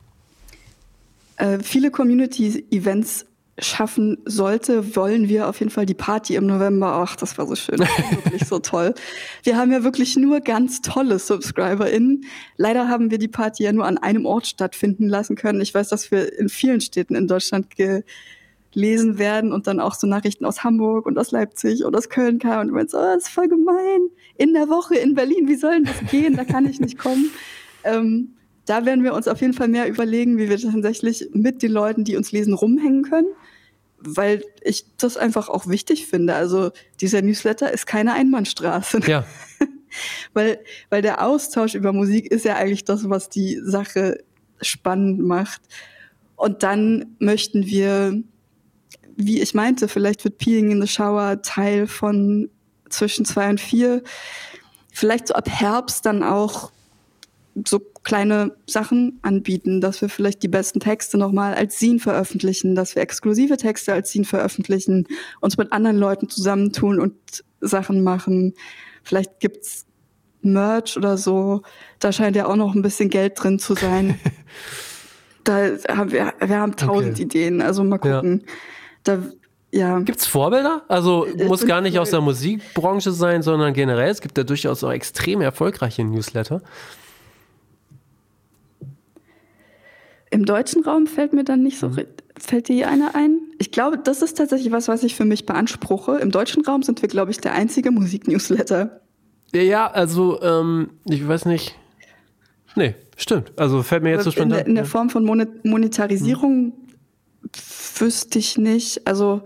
äh, viele Community-Events schaffen sollte, wollen wir auf jeden Fall die Party im November. Ach, das war so schön, wirklich so toll. Wir haben ja wirklich nur ganz tolle SubscriberInnen. Leider haben wir die Party ja nur an einem Ort stattfinden lassen können. Ich weiß, dass wir in vielen Städten in Deutschland gelesen werden und dann auch so Nachrichten aus Hamburg und aus Leipzig und aus Köln kamen und meinst, oh, das ist voll gemein. In der Woche in Berlin, wie soll denn das gehen? Da kann ich nicht kommen. Ähm, Da werden wir uns auf jeden Fall mehr überlegen, wie wir tatsächlich mit den Leuten, die uns lesen, rumhängen können. weil ich das einfach auch wichtig finde. Also dieser Newsletter ist keine Einbahnstraße. Ja. weil, weil der Austausch über Musik ist ja eigentlich das, was die Sache spannend macht. Und dann möchten wir, wie ich meinte, vielleicht wird Peeing in the Shower Teil von zwischen zwei und vier. Vielleicht so ab Herbst dann auch so kleine Sachen anbieten, dass wir vielleicht die besten Texte nochmal als Zine veröffentlichen, dass wir exklusive Texte als Zine veröffentlichen, uns mit anderen Leuten zusammentun und Sachen machen. Vielleicht gibt's Merch oder so. Da scheint ja auch noch ein bisschen Geld drin zu sein. Da haben wir, wir haben tausend okay. Ideen, also mal gucken. Ja. Da, ja. Gibt's Vorbilder? Also muss gar nicht aus der Musikbranche sein, sondern generell. Es gibt ja durchaus auch extrem erfolgreiche Newsletter. Im deutschen Raum fällt mir dann nicht so, mhm. fällt dir hier einer ein? Ich glaube, das ist tatsächlich was, was ich für mich beanspruche. Im deutschen Raum sind wir, glaube ich, der einzige Musik-Newsletter. Ja, also ähm, ich weiß nicht. Nee, stimmt. Also fällt mir jetzt so spontan. In, in der Form von Monetarisierung hm. wüsste ich nicht. Also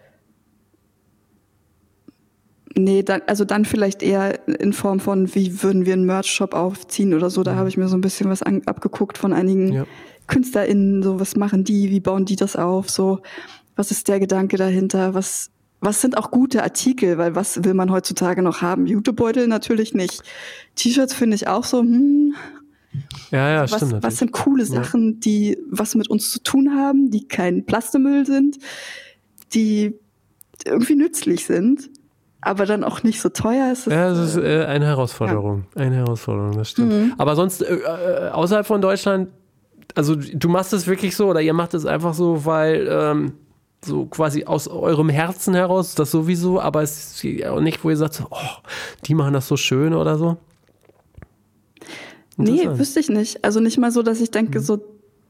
nee, dann, also dann vielleicht eher in Form von, wie würden wir einen Merch-Shop aufziehen oder so. Da hm. habe ich mir so ein bisschen was an, abgeguckt von einigen ja. KünstlerInnen. So, was machen die? Wie bauen die das auf? So, was ist der Gedanke dahinter? Was Was sind auch gute Artikel, weil was will man heutzutage noch haben? Jutebeutel natürlich nicht. T-Shirts finde ich auch so, hm. Ja, ja, was, stimmt. Was sind coole Sachen, ja. die was mit uns zu tun haben, die kein Plastemüll sind, die irgendwie nützlich sind, aber dann auch nicht so teuer. Es ist, ja, das ist äh, eine Herausforderung. Ja. Eine Herausforderung, das stimmt. Mhm. Aber sonst, äh, außerhalb von Deutschland, also du machst es wirklich so oder ihr macht es einfach so, weil ähm, so quasi aus eurem Herzen heraus, das sowieso, aber es ist auch nicht, wo ihr sagt, so, oh, die machen das so schön oder so? Nee, wüsste ich nicht. Also nicht mal so, dass ich denke, mhm. so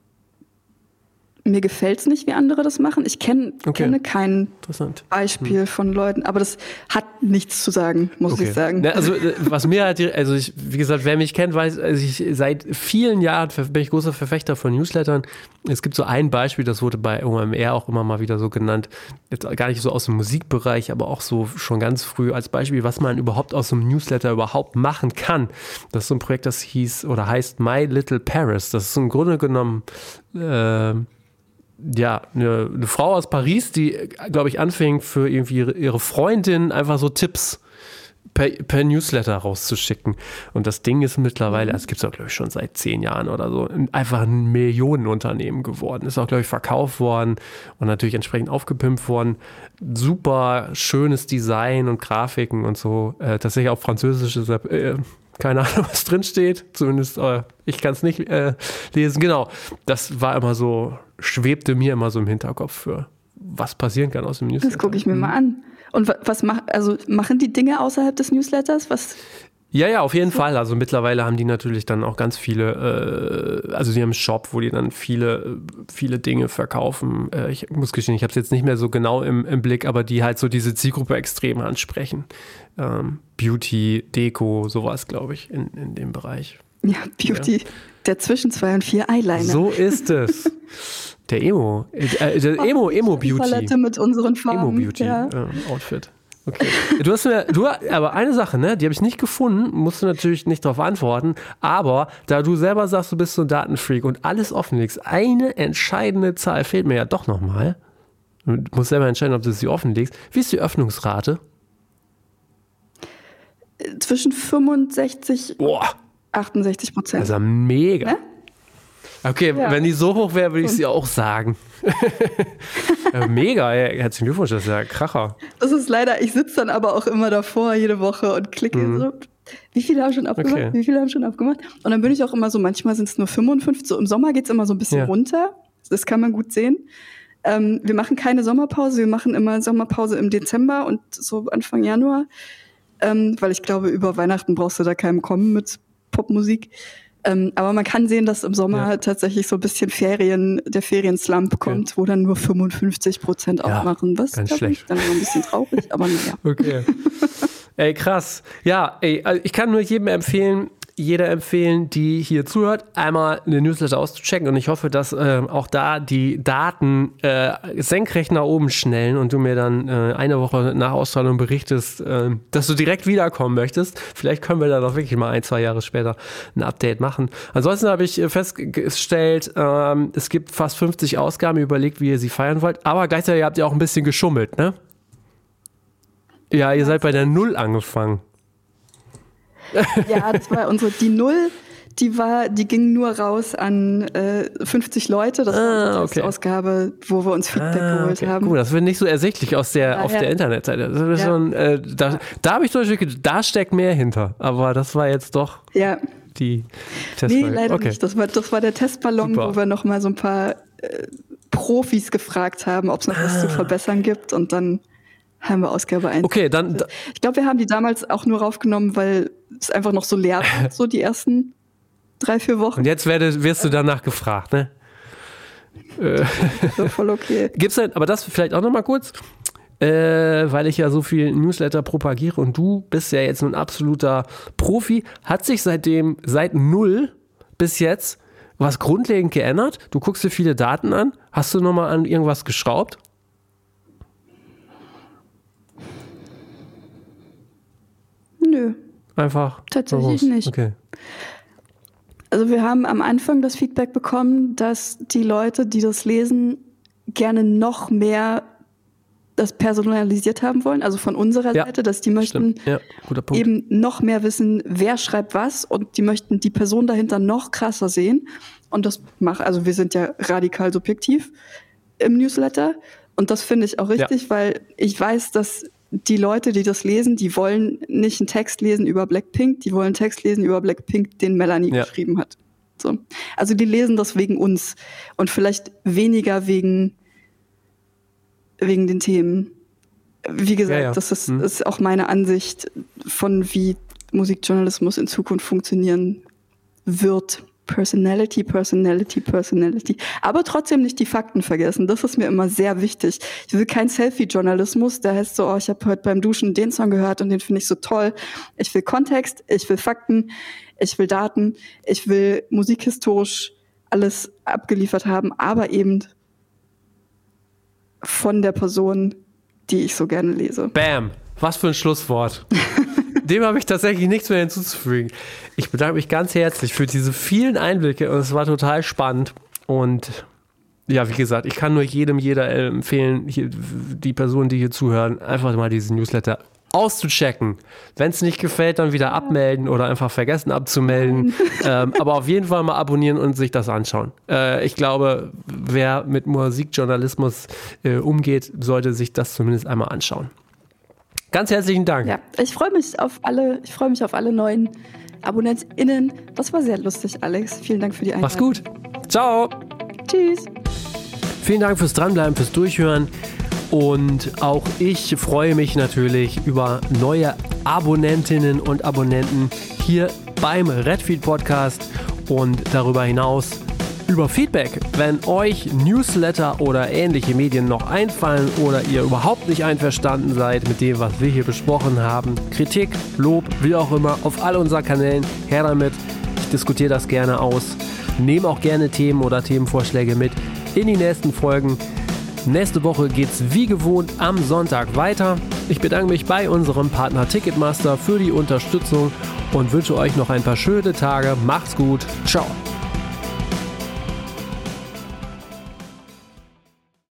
mir gefällt es nicht, wie andere das machen. Ich kenn, okay. kenne kein Beispiel hm. von Leuten, aber das hat nichts zu sagen, muss okay. ich sagen. Na, also was mir halt, also ich, wie gesagt, wer mich kennt, weiß, also ich seit vielen Jahren bin ich großer Verfechter von Newslettern. Es gibt so ein Beispiel, das wurde bei O M R auch immer mal wieder so genannt, jetzt gar nicht so aus dem Musikbereich, aber auch so schon ganz früh als Beispiel, was man überhaupt aus so einem Newsletter überhaupt machen kann. Das ist so ein Projekt, das hieß oder heißt My Little Paris. Das ist im Grunde genommen äh, ja, eine, eine Frau aus Paris, die, glaube ich, anfing für irgendwie ihre, ihre Freundin einfach so Tipps per, per Newsletter rauszuschicken. Und das Ding ist mittlerweile, das gibt es auch, glaube ich, schon seit zehn Jahren oder so, einfach ein Millionenunternehmen geworden. Ist auch, glaube ich, verkauft worden und natürlich entsprechend aufgepimpt worden. Super schönes Design und Grafiken und so. Äh, tatsächlich auch französisch ist äh, keine Ahnung, was drin steht. Zumindest, äh, ich kann es nicht äh, lesen. Genau, das war immer so, schwebte mir immer so im Hinterkopf für, was passieren kann aus dem Newsletter. Das gucke ich mir mal an. Und was machen, also machen die Dinge außerhalb des Newsletters? Was? Ja, ja, auf jeden so. Fall. Also mittlerweile haben die natürlich dann auch ganz viele, äh, also sie haben einen Shop, wo die dann viele, viele Dinge verkaufen. Äh, ich muss gestehen, ich habe es jetzt nicht mehr so genau im, im Blick, aber die halt so diese Zielgruppe extrem ansprechen. Ähm, Beauty, Deko, sowas, glaube ich, in, in dem Bereich. Ja, Beauty, ja. Der zwischen zwei und vier Eyeliner. So ist es. Der Emo, äh, der Emo, Emo Beauty. Palette mit unseren Farben. Emo Beauty ja. äh, Outfit. Okay. Du hast mir, du, aber eine Sache, ne, die habe ich nicht gefunden, musst du natürlich nicht darauf antworten, aber da du selber sagst, du bist so ein Datenfreak und alles offenlegst, eine entscheidende Zahl fehlt mir ja doch nochmal. Du musst selber entscheiden, ob du sie offenlegst. Wie ist die Öffnungsrate? Zwischen fünfundsechzig und achtundsechzig Prozent. Das ist ja mega. Ne? Okay, ja. Wenn die so hoch wäre, würde ich sie auch sagen. Ja, mega, ja, herzlichen Glückwunsch, das ist ja ein Kracher. Das ist leider, ich sitze dann aber auch immer davor jede Woche und klicke mhm. so, wie viele haben schon abgemacht, okay. wie viele haben schon abgemacht. Und dann bin ich auch immer so, manchmal sind es nur fünfundfünfzig, so im Sommer geht es immer so ein bisschen ja. runter, das kann man gut sehen. Ähm, wir machen keine Sommerpause, wir machen immer Sommerpause im Dezember und so Anfang Januar, ähm, weil ich glaube, über Weihnachten brauchst du da keinem kommen mit Popmusik. Ähm, aber man kann sehen, dass im Sommer ja. tatsächlich so ein bisschen Ferien, der Ferienslump kommt, okay. wo dann nur fünfundfünfzig Prozent ja, aufmachen. Was ganz schlecht. Ich, dann so ein bisschen traurig, aber naja. Okay. Ey, krass. Ja, ey, also ich kann nur jedem empfehlen, jeder empfehlen, die hier zuhört, einmal eine Newsletter auszuchecken und ich hoffe, dass äh, auch da die Daten äh, senkrecht nach oben schnellen und du mir dann äh, eine Woche nach Ausstrahlung berichtest, äh, dass du direkt wiederkommen möchtest. Vielleicht können wir dann auch wirklich mal ein, zwei Jahre später ein Update machen. Ansonsten habe ich festgestellt, äh, es gibt fast fünfzig Ausgaben, überlegt, wie ihr sie feiern wollt, aber gleichzeitig habt ihr auch ein bisschen geschummelt, ne? Ja, ihr seid bei der Null angefangen. Ja, das war unsere, die Null, die war, die ging nur raus an äh, fünfzig Leute. Das war Ah, unsere okay. Ausgabe, wo wir uns Feedback Ah, geholt okay. haben. Gut, das wird nicht so ersichtlich aus der, Ja, auf ja. der Internetseite. Das ist Ja. schon, äh, da da habe ich zum Beispiel gedacht, da steckt mehr hinter. Aber das war jetzt doch Ja, die nee, Testfrage. leider okay. nicht. Das war, das war der Testballon, Super. wo wir noch mal so ein paar äh, Profis gefragt haben, ob es noch was zu verbessern gibt. Und dann haben wir Ausgabe eins. Okay, dann da- Ich glaube, wir haben die damals auch nur raufgenommen, weil es einfach noch so leer war, so die ersten drei, vier Wochen. und jetzt werde, wirst du danach gefragt, ne? So voll okay. Gibt's denn, aber das vielleicht auch nochmal kurz, äh, weil ich ja so viel Newsletter propagiere und du bist ja jetzt ein absoluter Profi, hat sich seitdem, seit null bis jetzt was grundlegend geändert? Du guckst dir viele Daten an, hast du nochmal an irgendwas geschraubt? Nö. Einfach Tatsächlich bewusst. nicht. Okay. Also wir haben am Anfang das Feedback bekommen, dass die Leute, die das lesen, gerne noch mehr das personalisiert haben wollen, also von unserer Ja, Seite, dass die möchten Stimmt. Ja, guter Punkt. eben noch mehr wissen, wer schreibt was und die möchten die Person dahinter noch krasser sehen. Und das macht, also wir sind ja radikal subjektiv im Newsletter und das finde ich auch richtig, ja. weil ich weiß, dass die Leute, die das lesen, die wollen nicht einen Text lesen über Blackpink, die wollen einen Text lesen über Blackpink, den Melanie ja. geschrieben hat. So. Also die lesen das wegen uns und vielleicht weniger wegen, wegen den Themen. Wie gesagt, ja, ja. das ist, hm. ist auch meine Ansicht von wie Musikjournalismus in Zukunft funktionieren wird. Personality, Personality, Personality. Aber trotzdem nicht die Fakten vergessen. Das ist mir immer sehr wichtig. Ich will kein Selfie-Journalismus, der heißt so, oh, ich habe heute beim Duschen den Song gehört und den finde ich so toll. Ich will Kontext, ich will Fakten, ich will Daten, ich will musikhistorisch alles abgeliefert haben, aber eben von der Person, die ich so gerne lese. Bam! Was für ein Schlusswort. Dem habe ich tatsächlich nichts mehr hinzuzufügen. Ich bedanke mich ganz herzlich für diese vielen Einblicke und es war total spannend. Und ja, wie gesagt, ich kann nur jedem, jeder empfehlen, hier, die Personen, die hier zuhören, einfach mal diesen Newsletter auszuchecken. Wenn es nicht gefällt, dann wieder abmelden oder einfach vergessen abzumelden. ähm, aber auf jeden Fall mal abonnieren und sich das anschauen. Äh, ich glaube, wer mit Musikjournalismus äh, umgeht, sollte sich das zumindest einmal anschauen. Ganz herzlichen Dank. Ja, ich freue mich auf alle, ich freue mich auf alle neuen AbonnentInnen. Das war sehr lustig, Alex. Vielen Dank für die Einladung. Mach's gut. Ciao. Tschüss. Vielen Dank fürs Dranbleiben, fürs Durchhören. Und auch ich freue mich natürlich über neue Abonnentinnen und Abonnenten hier beim Redfield Podcast und darüber hinaus über Feedback. Wenn euch Newsletter oder ähnliche Medien noch einfallen oder ihr überhaupt nicht einverstanden seid mit dem, was wir hier besprochen haben, Kritik, Lob, wie auch immer, auf all unseren Kanälen, her damit. Ich diskutiere das gerne aus. Nehme auch gerne Themen oder Themenvorschläge mit in die nächsten Folgen. Nächste Woche geht's wie gewohnt am Sonntag weiter. Ich bedanke mich bei unserem Partner Ticketmaster für die Unterstützung und wünsche euch noch ein paar schöne Tage. Macht's gut. Ciao.